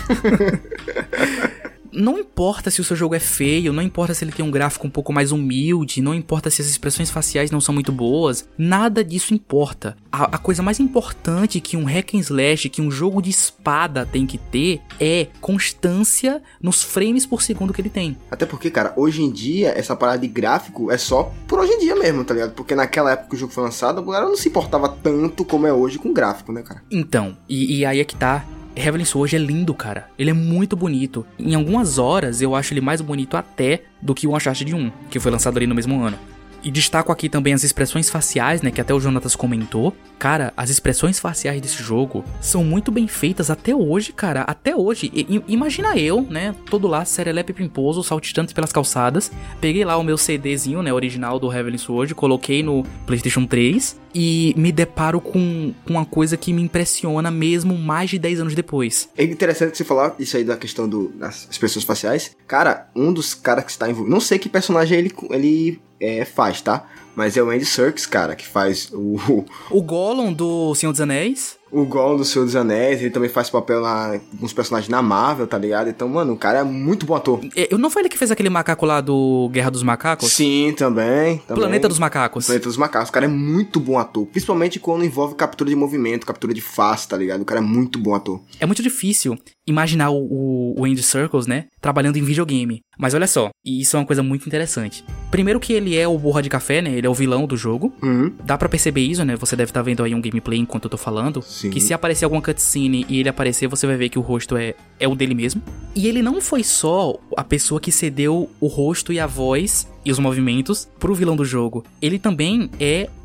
Não importa se o seu jogo é feio, não importa se ele tem um gráfico um pouco mais humilde, não importa se as expressões faciais não são muito boas, nada disso importa. A coisa mais importante que um hack and slash, que um jogo de espada tem que ter é constância nos frames por segundo que ele tem. Até porque, cara, hoje em dia, essa parada de gráfico é só por hoje em dia mesmo, tá ligado? Porque naquela época que o jogo foi lançado, a galera não se importava tanto como é hoje com gráfico, né, cara? Então, e aí é que tá... Heavenly Sword é lindo, cara. Ele é muito bonito. Em algumas horas, eu acho ele mais bonito até do que o Uncharted 1, que foi lançado ali no mesmo ano. E destaco aqui também as expressões faciais, né, que até o Jonatas comentou. Cara, as expressões faciais desse jogo são muito bem feitas até hoje, cara. Até hoje. Imagina eu, né, todo lá, serelepe pimposo, saltitante pelas calçadas. Peguei lá o meu CDzinho, né, original do Heavenly Sword, coloquei no PlayStation 3 e me deparo com uma coisa que me impressiona mesmo mais de 10 anos depois. É interessante você falar isso aí da questão das expressões faciais. Cara, um dos caras que está envolvido... Não sei que personagem ele faz, tá? Mas é o Andy Serkis, cara, que faz o Gollum do Senhor dos Anéis. O Gollum do Senhor dos Anéis, ele também faz papel com os personagens na Marvel, tá ligado? Então, mano, o cara é muito bom ator. Não foi ele que fez aquele macaco lá do Guerra dos Macacos? Sim, também. Planeta dos Macacos. Planeta dos Macacos. O cara é muito bom ator. Principalmente quando envolve captura de movimento, captura de face, tá ligado? O cara é muito bom ator. É muito difícil imaginar o Andy Serkis, né, trabalhando em videogame. Mas olha só, e isso é uma coisa muito interessante. Primeiro que ele é o Borra de Café, né? Ele é o vilão do jogo. Dá pra perceber isso, né? Você deve estar vendo aí um gameplay enquanto eu tô falando. Sim. Que se aparecer alguma cutscene e ele aparecer, você vai ver que o rosto é o dele mesmo. E ele não foi só a pessoa que cedeu o rosto e a voz e os movimentos pro vilão do jogo. Ele também é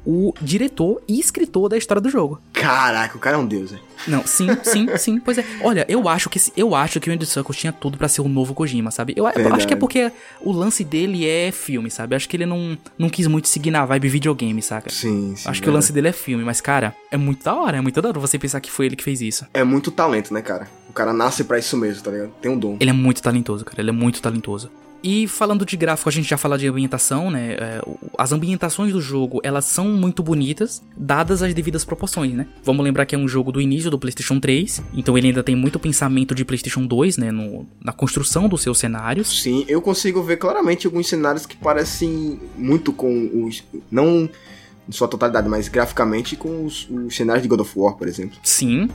o diretor e escritor da história do jogo. Caraca, o cara é um deus, velho. Não, sim, pois é. Olha, eu acho que o Andy Serkis tinha tudo pra ser o novo Kojima, sabe? Eu acho que é porque o lance dele é filme, sabe? Eu acho que ele não quis muito seguir na vibe videogame, saca? Sim. Acho que o lance dele é filme, mas, cara, é muito da hora você pensar que foi ele que fez isso. É muito talento, né, cara? O cara nasce pra isso mesmo, tá ligado? Tem um dom. Ele é muito talentoso, cara, ele é muito talentoso. E falando de gráfico, a gente já fala de ambientação, né? As ambientações do jogo, elas são muito bonitas, dadas as devidas proporções, né? Vamos lembrar que é um jogo do início do PlayStation 3, então ele ainda tem muito pensamento de PlayStation 2, né? Na construção dos seus cenários. Sim, eu consigo ver claramente alguns cenários que parecem muito com os... Não em sua totalidade, mas graficamente com os cenários de God of War, por exemplo. Sim.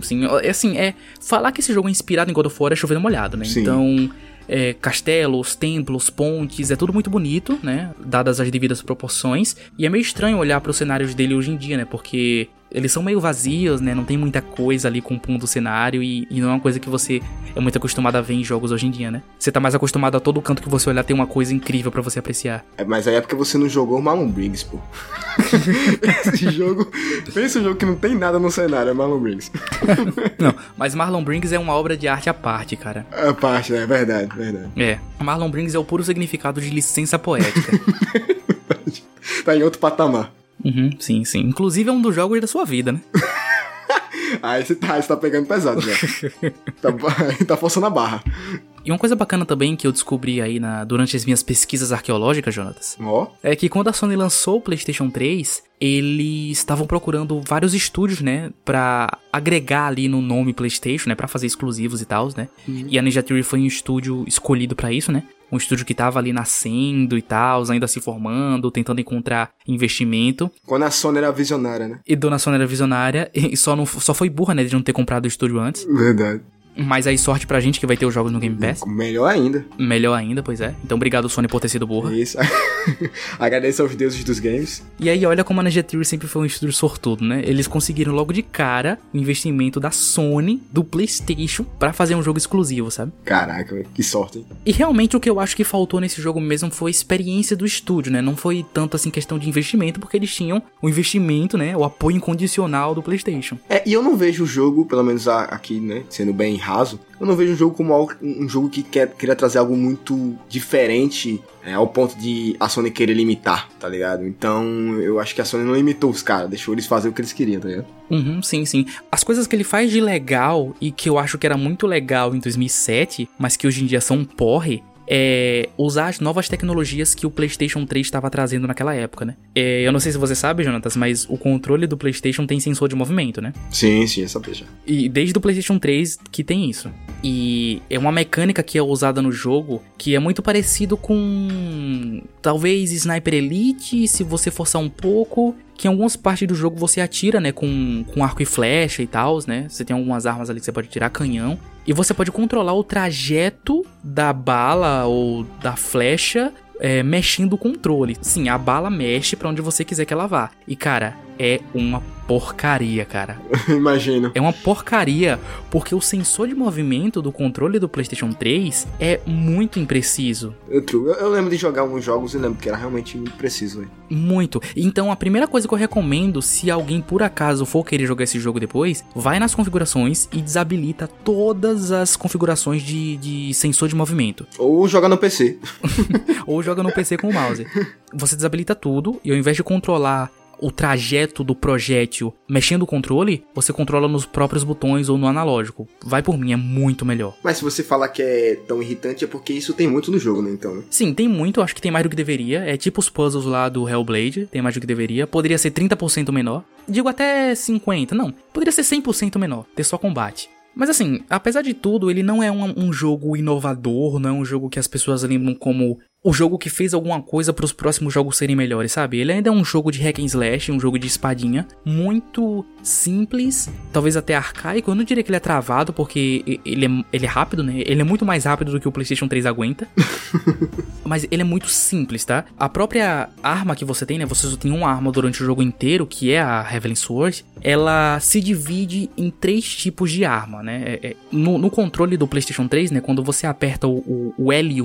Falar que esse jogo é inspirado em God of War é chover molhado, né? Sim. Então... castelos, templos, pontes, é tudo muito bonito, né? Dadas as devidas proporções. E é meio estranho olhar para os cenários dele hoje em dia, né? Porque eles são meio vazios, né? Não tem muita coisa ali compondo o cenário e não é uma coisa que você é muito acostumado a ver em jogos hoje em dia, né? Você tá mais acostumado a todo canto que você olhar tem uma coisa incrível pra você apreciar. Mas aí é porque você não jogou Marlon Briggs, pô. Esse jogo... Pensa um jogo que não tem nada no cenário, é Marlon Briggs. Não, mas Marlon Briggs é uma obra de arte à parte, cara. À parte, é verdade. Marlon Briggs é o puro significado de licença poética. Tá em outro patamar. Sim. Inclusive é um dos jogos da sua vida, né? Aí você tá pegando pesado já. tá forçando a barra. E uma coisa bacana também que eu descobri aí durante as minhas pesquisas arqueológicas, Jonatas, é que quando a Sony lançou o PlayStation 3, eles estavam procurando vários estúdios, né, pra agregar ali no nome PlayStation, né, pra fazer exclusivos e tal, né? E a Ninja Theory foi um estúdio escolhido pra isso, né? Um estúdio que tava ali nascendo e tal, ainda se formando, tentando encontrar investimento. Quando a Sony era visionária, né? E Dona Sony era visionária, e só foi burra, né, de não ter comprado o estúdio antes. Verdade. Mas aí sorte pra gente que vai ter os jogos no Game Pass. Melhor ainda, pois é. Então obrigado, Sony, por ter sido burra. Isso. Agradeço aos deuses dos games. E aí olha como a Ninja Theory sempre foi um estúdio sortudo, né? Eles conseguiram logo de cara o investimento da Sony, do PlayStation, pra fazer um jogo exclusivo, sabe? Caraca, que sorte, hein? E realmente o que eu acho que faltou nesse jogo mesmo foi a experiência do estúdio, né? Não foi tanto assim questão de investimento, porque eles tinham o investimento, né? O apoio incondicional do PlayStation. E eu não vejo o jogo, pelo menos aqui, né? Sendo bem raso, eu não vejo o jogo como um jogo que queria trazer algo muito diferente ao ponto de a Sony querer limitar, tá ligado? Então eu acho que a Sony não limitou os caras, deixou eles fazer o que eles queriam, tá ligado? Sim. As coisas que ele faz de legal e que eu acho que era muito legal em 2007, mas que hoje em dia são um porre, é usar as novas tecnologias que o PlayStation 3 estava trazendo naquela época, né? Eu não sei se você sabe, Jonatas, mas o controle do PlayStation tem sensor de movimento, né? Sim, eu sabia já. E desde o PlayStation 3 que tem isso. E é uma mecânica que é usada no jogo que é muito parecido com talvez Sniper Elite, se você forçar um pouco, que em algumas partes do jogo você atira, né, com arco e flecha e tal, né? Você tem algumas armas ali que você pode tirar, canhão. E você pode controlar o trajeto da bala ou da flecha mexendo o controle. Sim, a bala mexe pra onde você quiser que ela vá. E, cara, é uma porcaria, cara. Imagino. É uma porcaria, porque o sensor de movimento do controle do PlayStation 3 é muito impreciso. Eu lembro de jogar alguns jogos e lembro que era realmente muito preciso, velho. Muito. Então, a primeira coisa que eu recomendo, se alguém por acaso for querer jogar esse jogo depois, vai nas configurações e desabilita todas as configurações de sensor de movimento. Ou joga no PC. Ou joga no PC com o mouse. Você desabilita tudo e ao invés de controlar o trajeto do projétil mexendo o controle, você controla nos próprios botões ou no analógico. Vai por mim, é muito melhor. Mas se você falar que é tão irritante, é porque isso tem muito no jogo, né, então? Né? Sim, tem muito, acho que tem mais do que deveria. É tipo os puzzles lá do Hellblade, tem mais do que deveria. Poderia ser 30% menor. Digo até 50%, não. Poderia ser 100% menor, ter só combate. Mas assim, apesar de tudo, ele não é um jogo inovador, não é um jogo que as pessoas lembram como o jogo que fez alguma coisa para os próximos jogos serem melhores, sabe? Ele ainda é um jogo de hack and slash, um jogo de espadinha, muito simples, talvez até arcaico. Eu não diria que ele é travado, porque ele é rápido, né? Ele é muito mais rápido do que o PlayStation 3 aguenta. Mas ele é muito simples, tá? A própria arma que você tem, né? Você só tem uma arma durante o jogo inteiro, que é a Heavenly Sword. Ela se divide em 3 tipos de arma, né? No controle do PlayStation 3, né? Quando você aperta o L1,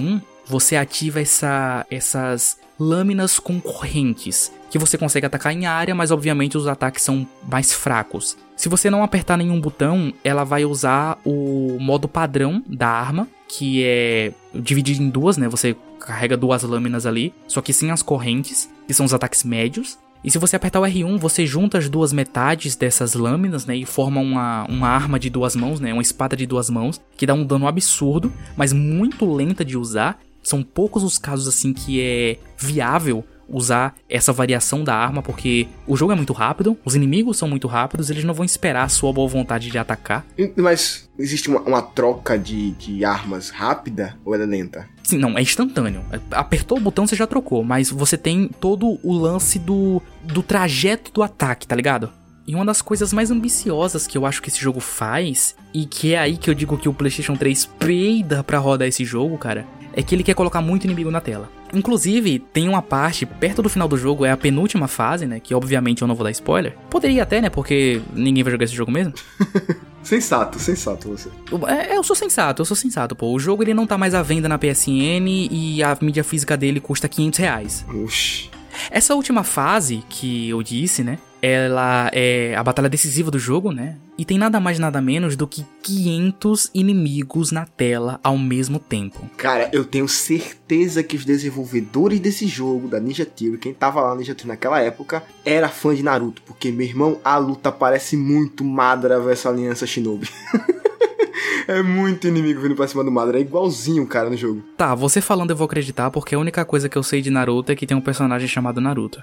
você ativa essas lâminas com correntes, que você consegue atacar em área, mas obviamente os ataques são mais fracos. Se você não apertar nenhum botão, ela vai usar o modo padrão da arma, que é dividido em duas, né? Você carrega duas lâminas ali, só que sem as correntes, que são os ataques médios. E se você apertar o R1, você junta as duas metades dessas lâminas, né? E forma uma arma de duas mãos, né? Uma espada de duas mãos, que dá um dano absurdo, mas muito lenta de usar. São poucos os casos assim que é viável usar essa variação da arma, porque o jogo é muito rápido, os inimigos são muito rápidos, eles não vão esperar a sua boa vontade de atacar. Mas existe uma troca de armas rápida ou ela é lenta? Sim, não, é instantâneo. Apertou o botão, você já trocou, mas você tem todo o lance do trajeto do ataque, tá ligado? E uma das coisas mais ambiciosas que eu acho que esse jogo faz, e que é aí que eu digo que o PlayStation 3 peida pra rodar esse jogo, cara, é que ele quer colocar muito inimigo na tela. Inclusive, tem uma parte, perto do final do jogo, é a penúltima fase, né, que obviamente eu não vou dar spoiler. Poderia até, né, porque ninguém vai jogar esse jogo mesmo. Sensato você. Eu sou sensato, pô. O jogo ele não tá mais à venda na PSN e a mídia física dele custa R$500. Oxi. Essa última fase que eu disse, né, ela é a batalha decisiva do jogo, né? E tem nada mais nada menos do que 500 inimigos na tela ao mesmo tempo. Cara, eu tenho certeza que os desenvolvedores desse jogo, da Ninja Theory, quem tava lá na Ninja Theory naquela época, era fã de Naruto. Porque, meu irmão, a luta parece muito Madara versus Aliança Shinobi. É muito inimigo vindo pra cima do Madara, é igualzinho, cara, no jogo. Tá, você falando eu vou acreditar, porque a única coisa que eu sei de Naruto é que tem um personagem chamado Naruto.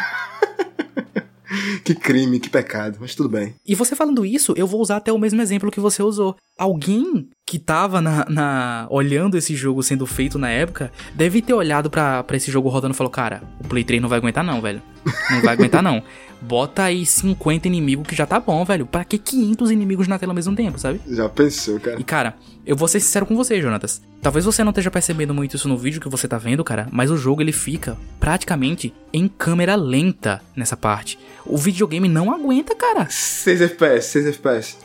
Que crime, que pecado, mas tudo bem. E você falando isso, eu vou usar até o mesmo exemplo que você usou. Alguém que tava olhando esse jogo sendo feito na época, deve ter olhado pra esse jogo rodando e falou, cara, o Play 3 não vai aguentar não, velho. Não vai aguentar não. Bota aí 50 inimigos que já tá bom, velho. Pra que 500 inimigos na tela ao mesmo tempo, sabe? Já pensou, cara. E, cara, eu vou ser sincero com você, Jonatas. Talvez você não esteja percebendo muito isso no vídeo que você tá vendo, cara, mas o jogo, ele fica praticamente em câmera lenta nessa parte. O videogame não aguenta, cara. 6 FPS.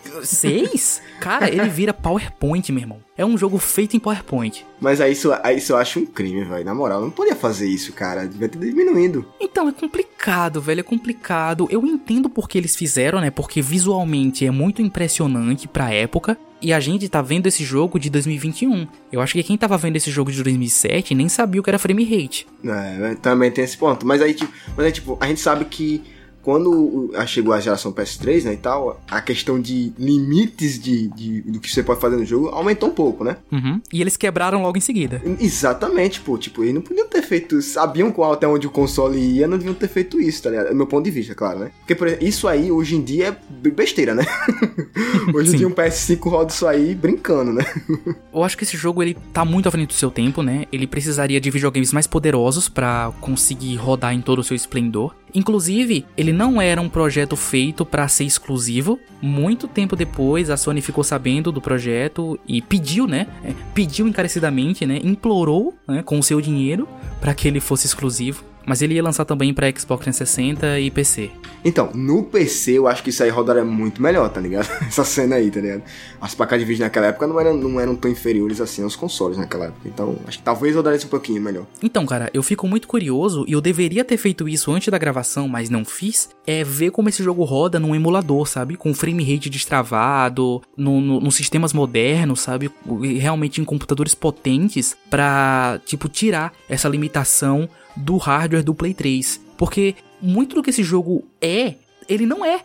6? Cara, ele vira PowerPoint, meu irmão. É um jogo feito em PowerPoint. Mas aí isso eu acho um crime, velho. Na moral, não podia fazer isso, cara. Devia ter diminuído. Então, é complicado, velho. É complicado. Eu entendo porque eles fizeram, né? Porque visualmente é muito impressionante pra época. E a gente tá vendo esse jogo de 2021. Eu acho que quem tava vendo esse jogo de 2007 nem sabia o que era frame rate. É, também tem esse ponto. Mas aí, tipo, a gente sabe que quando chegou a geração PS3, né, e tal, a questão de limites do que você pode fazer no jogo aumentou um pouco, né? Uhum. E eles quebraram logo em seguida. Exatamente, pô. Tipo, eles não podiam ter feito... Sabiam até onde o console ia, não deviam ter feito isso, tá ligado? Do meu ponto de vista, claro, né? Porque, por exemplo, isso aí, hoje em dia, é besteira, né? Hoje em dia, um PS5 roda isso aí brincando, né? Eu acho que esse jogo, ele tá muito à frente do seu tempo, né? Ele precisaria de videogames mais poderosos pra conseguir rodar em todo o seu esplendor. Inclusive, ele não era um projeto feito pra ser exclusivo. Muito tempo depois, a Sony ficou sabendo do projeto e pediu, né? Pediu encarecidamente, né? Implorou, né? Com o seu dinheiro pra que ele fosse exclusivo. Mas ele ia lançar também pra Xbox 360 e PC. Então, no PC eu acho que isso aí rodaria muito melhor, tá ligado? Essa cena aí, tá ligado? As placas de vídeo naquela época não eram tão inferiores assim aos consoles naquela época. Então, acho que talvez rodaria isso um pouquinho melhor. Então, cara, eu fico muito curioso, e eu deveria ter feito isso antes da gravação, mas não fiz, é ver como esse jogo roda num emulador, sabe? Com frame rate destravado, nos sistemas modernos, sabe? Realmente em computadores potentes pra, tipo, tirar essa limitação do hardware do Play 3. Porque muito do que esse jogo ele não é.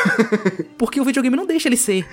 Porque o videogame não deixa ele ser.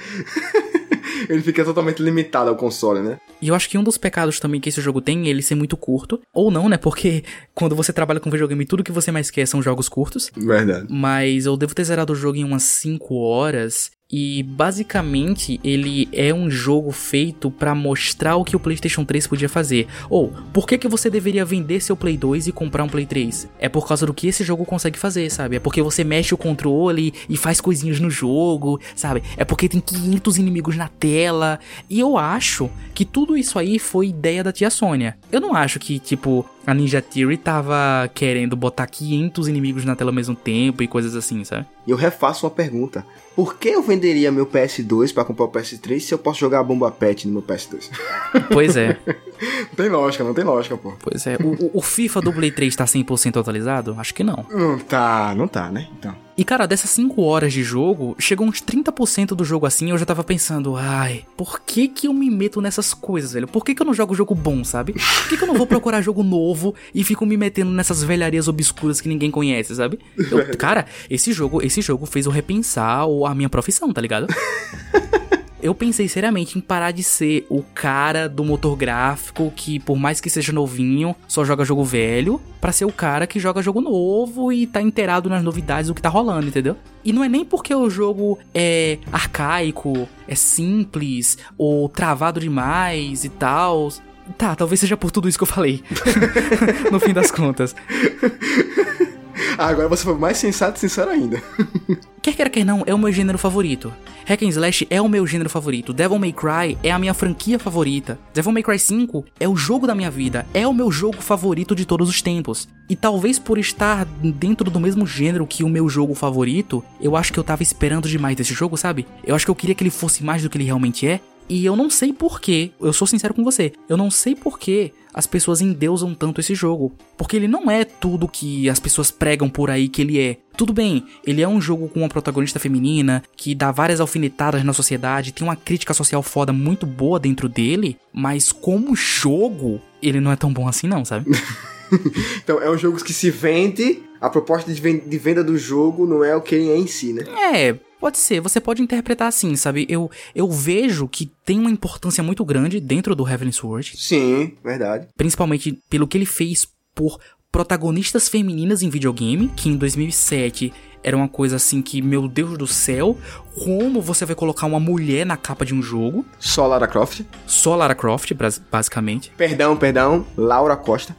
Ele fica totalmente limitado ao console, né? E eu acho que um dos pecados também que esse jogo tem é ele ser muito curto. Ou não, né? Porque quando você trabalha com videogame, tudo que você mais quer são jogos curtos. Verdade. Mas eu devo ter zerado o jogo em umas 5 horas... E basicamente ele é um jogo feito pra mostrar o que o PlayStation 3 podia fazer. Ou, por que você deveria vender seu Play 2 e comprar um Play 3? É por causa do que esse jogo consegue fazer, sabe? É porque você mexe o controle e faz coisinhas no jogo, sabe? É porque tem 500 inimigos na tela. E eu acho que tudo isso aí foi ideia da tia Sônia. Eu não acho que, tipo, a Ninja Theory tava querendo botar 500 inimigos na tela ao mesmo tempo e coisas assim, sabe? E eu refaço uma pergunta. Por que eu venderia meu PS2 pra comprar o PS3 se eu posso jogar a Bomba Pet no meu PS2? Pois é. Não tem lógica, pô. Pois é. O FIFA do Play 3 tá 100% atualizado? Acho que não. Não tá, né? Então. E cara, dessas 5 horas de jogo, chegou uns 30% do jogo assim, eu já tava pensando, ai, por que eu me meto nessas coisas, velho? Por que eu não jogo jogo bom, sabe? Por que eu não vou procurar jogo novo e fico me metendo nessas velharias obscuras que ninguém conhece, sabe? Cara, esse jogo fez eu repensar a minha profissão, tá ligado? Eu pensei seriamente em parar de ser o cara do motor gráfico que, por mais que seja novinho, só joga jogo velho, pra ser o cara que joga jogo novo e tá inteirado nas novidades do que tá rolando, entendeu? E não é nem porque o jogo é arcaico, é simples, ou travado demais e tal. Tá, talvez seja por tudo isso que eu falei. No fim das contas. Agora você foi mais sensato e sincero ainda. Quer queira, quer não, é o meu gênero favorito. Hack and Slash é o meu gênero favorito. Devil May Cry é a minha franquia favorita. Devil May Cry 5 é o jogo da minha vida. É o meu jogo favorito de todos os tempos. E talvez por estar dentro do mesmo gênero que o meu jogo favorito, eu acho que eu tava esperando demais desse jogo, sabe? Eu acho que eu queria que ele fosse mais do que ele realmente é. E eu não sei porquê, eu sou sincero com você, eu não sei porquê as pessoas endeusam tanto esse jogo. Porque ele não é tudo que as pessoas pregam por aí que ele é. Tudo bem, ele é um jogo com uma protagonista feminina, que dá várias alfinetadas na sociedade, tem uma crítica social foda muito boa dentro dele, mas como jogo, ele não é tão bom assim não, sabe? Então é um jogo que se vende, a proposta de venda do jogo não é o que ele é em si, né? É, pode ser, você pode interpretar assim, sabe? Eu vejo que tem uma importância muito grande dentro do Heavenly Sword. Sim, verdade. Principalmente pelo que ele fez por protagonistas femininas em videogame, que em 2007 era uma coisa assim que, meu Deus do céu, como você vai colocar uma mulher na capa de um jogo? Só Lara Croft. Só Lara Croft, basicamente. Perdão, Laura Costa.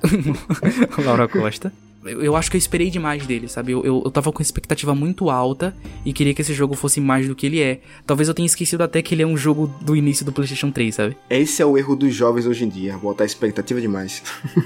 Laura Costa. Eu acho que eu esperei demais dele, sabe? Eu tava com expectativa muito alta e queria que esse jogo fosse mais do que ele é. Talvez eu tenha esquecido até que ele é um jogo do início do PlayStation 3, sabe? Esse é o erro dos jovens hoje em dia, botar expectativa demais.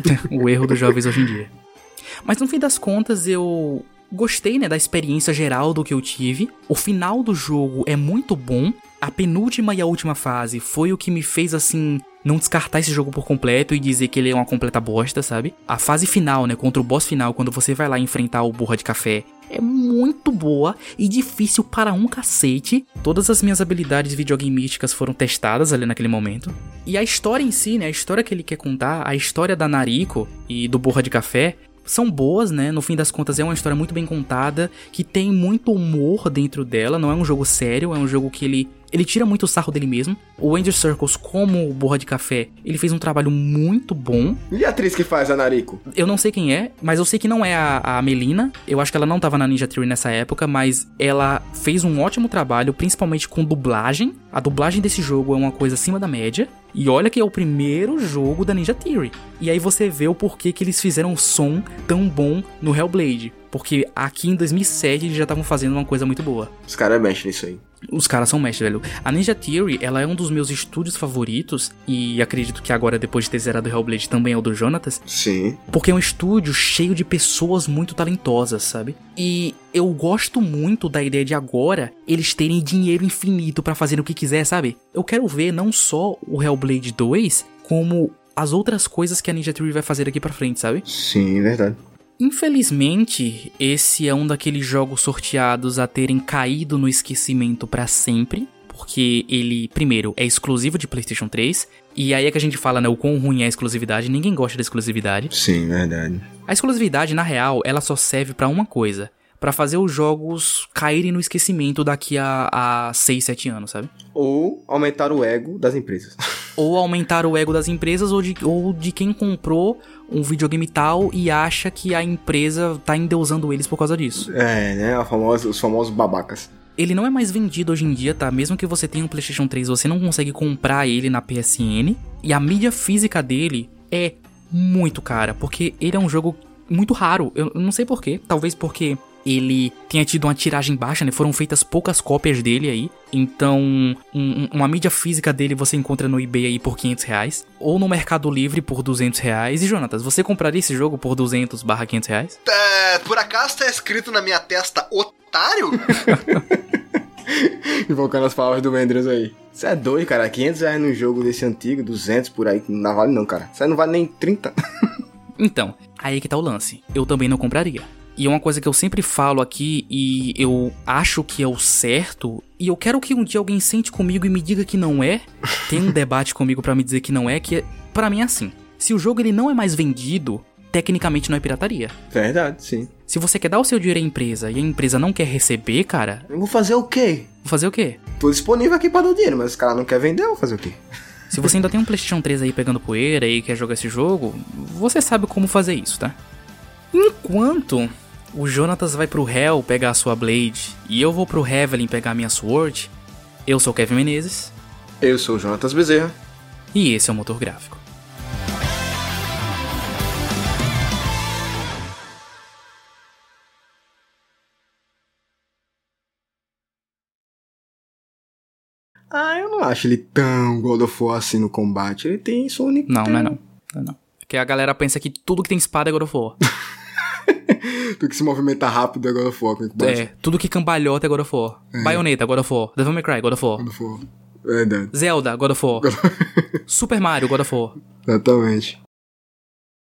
O erro dos jovens hoje em dia. Mas no fim das contas, eu gostei, né, da experiência geral do que eu tive. O final do jogo é muito bom. A penúltima e a última fase foi o que me fez, assim, não descartar esse jogo por completo e dizer que ele é uma completa bosta, sabe? A fase final, né, contra o boss final, quando você vai lá enfrentar o Borra de Café, é muito boa e difícil para um cacete. Todas as minhas habilidades videogameísticas foram testadas ali naquele momento. E a história em si, né, a história que ele quer contar, a história da Nariko e do Borra de Café, são boas, né? No fim das contas é uma história muito bem contada, que tem muito humor dentro dela, não é um jogo sério, é um jogo que ele tira muito o sarro dele mesmo. O Andy Serkis, como o Borra de Café, ele fez um trabalho muito bom. E a atriz que faz a Nariko? Eu não sei quem é, mas eu sei que não é a Melina. Eu acho que ela não tava na Ninja Theory nessa época, mas ela fez um ótimo trabalho, principalmente com dublagem. A dublagem desse jogo é uma coisa acima da média. E olha que é o primeiro jogo da Ninja Theory. E aí você vê o porquê que eles fizeram um som tão bom no Hellblade. Porque aqui em 2007 eles já estavam fazendo uma coisa muito boa. Os caras mexem nisso aí. Os caras são mestres, velho. A Ninja Theory, ela é um dos meus estúdios favoritos. E acredito que agora, depois de ter zerado o Hellblade, também é o do Jonatas. Sim. Porque é um estúdio cheio de pessoas muito talentosas, sabe? E eu gosto muito da ideia de agora eles terem dinheiro infinito pra fazer o que quiser, sabe? Eu quero ver não só o Hellblade 2, como as outras coisas que a Ninja Theory vai fazer aqui pra frente, sabe? Sim, verdade. Infelizmente, esse é um daqueles jogos sorteados a terem caído no esquecimento pra sempre, porque ele, primeiro, é exclusivo de PlayStation 3, e aí é que a gente fala, né, o quão ruim é a exclusividade, ninguém gosta da exclusividade. Sim, verdade. A exclusividade, na real, ela só serve pra uma coisa, pra fazer os jogos caírem no esquecimento daqui a 6, 7 anos, sabe? Ou aumentar o ego das empresas. Ou aumentar o ego das empresas ou de quem comprou um videogame tal e acha que a empresa tá endeusando eles por causa disso. É, né? Os famosos babacas. Ele não é mais vendido hoje em dia, tá? Mesmo que você tenha um PlayStation 3, você não consegue comprar ele na PSN. E a mídia física dele é muito cara, porque ele é um jogo muito raro. Eu não sei porquê. Talvez porque ele tenha tido uma tiragem baixa, né? Foram feitas poucas cópias dele aí. Então, uma mídia física dele você encontra no eBay aí por R$500. Ou no Mercado Livre por R$200. E, Jonatas, você compraria esse jogo por R$200/R$500? Por acaso tá escrito na minha testa, otário? Invocando as palavras do Mendras aí. Você é doido, cara. R$500 num jogo desse antigo, 200 por aí, não vale não, cara. Isso aí não vale nem 30. Então, aí que tá o lance. Eu também não compraria. E é uma coisa que eu sempre falo aqui e eu acho que é o certo, e eu quero que um dia alguém sente comigo e me diga que não é, tenha um debate comigo pra me dizer que não é, pra mim é assim. Se o jogo ele não é mais vendido, tecnicamente não é pirataria. Verdade, sim. Se você quer dar o seu dinheiro à empresa e a empresa não quer receber, cara... Eu vou fazer o quê? Vou fazer o quê? Tô disponível aqui pra dar o dinheiro, mas os caras não querem vender, eu vou fazer o quê? Se você ainda tem um PlayStation 3 aí pegando poeira e quer jogar esse jogo, você sabe como fazer isso, tá? Enquanto o Jonatas vai pro Hell pegar a sua Blade e eu vou pro Heaven pegar a minha Sword, eu sou o Kevin Menezes. Eu sou o Jonatas Bezerra. E esse é o Motor Gráfico. Eu não acho ele tão God of War assim no combate. Ele tem Sonic. Não, não é não. Porque a galera pensa que tudo que tem espada é God of War. Tudo que se movimenta rápido é God of War. Tudo que cambalhota é God of War. Bayonetta, God of War. Devil May Cry, God of War. God of War. Verdade. Zelda, God of War. Super Mario, God of War. Exatamente.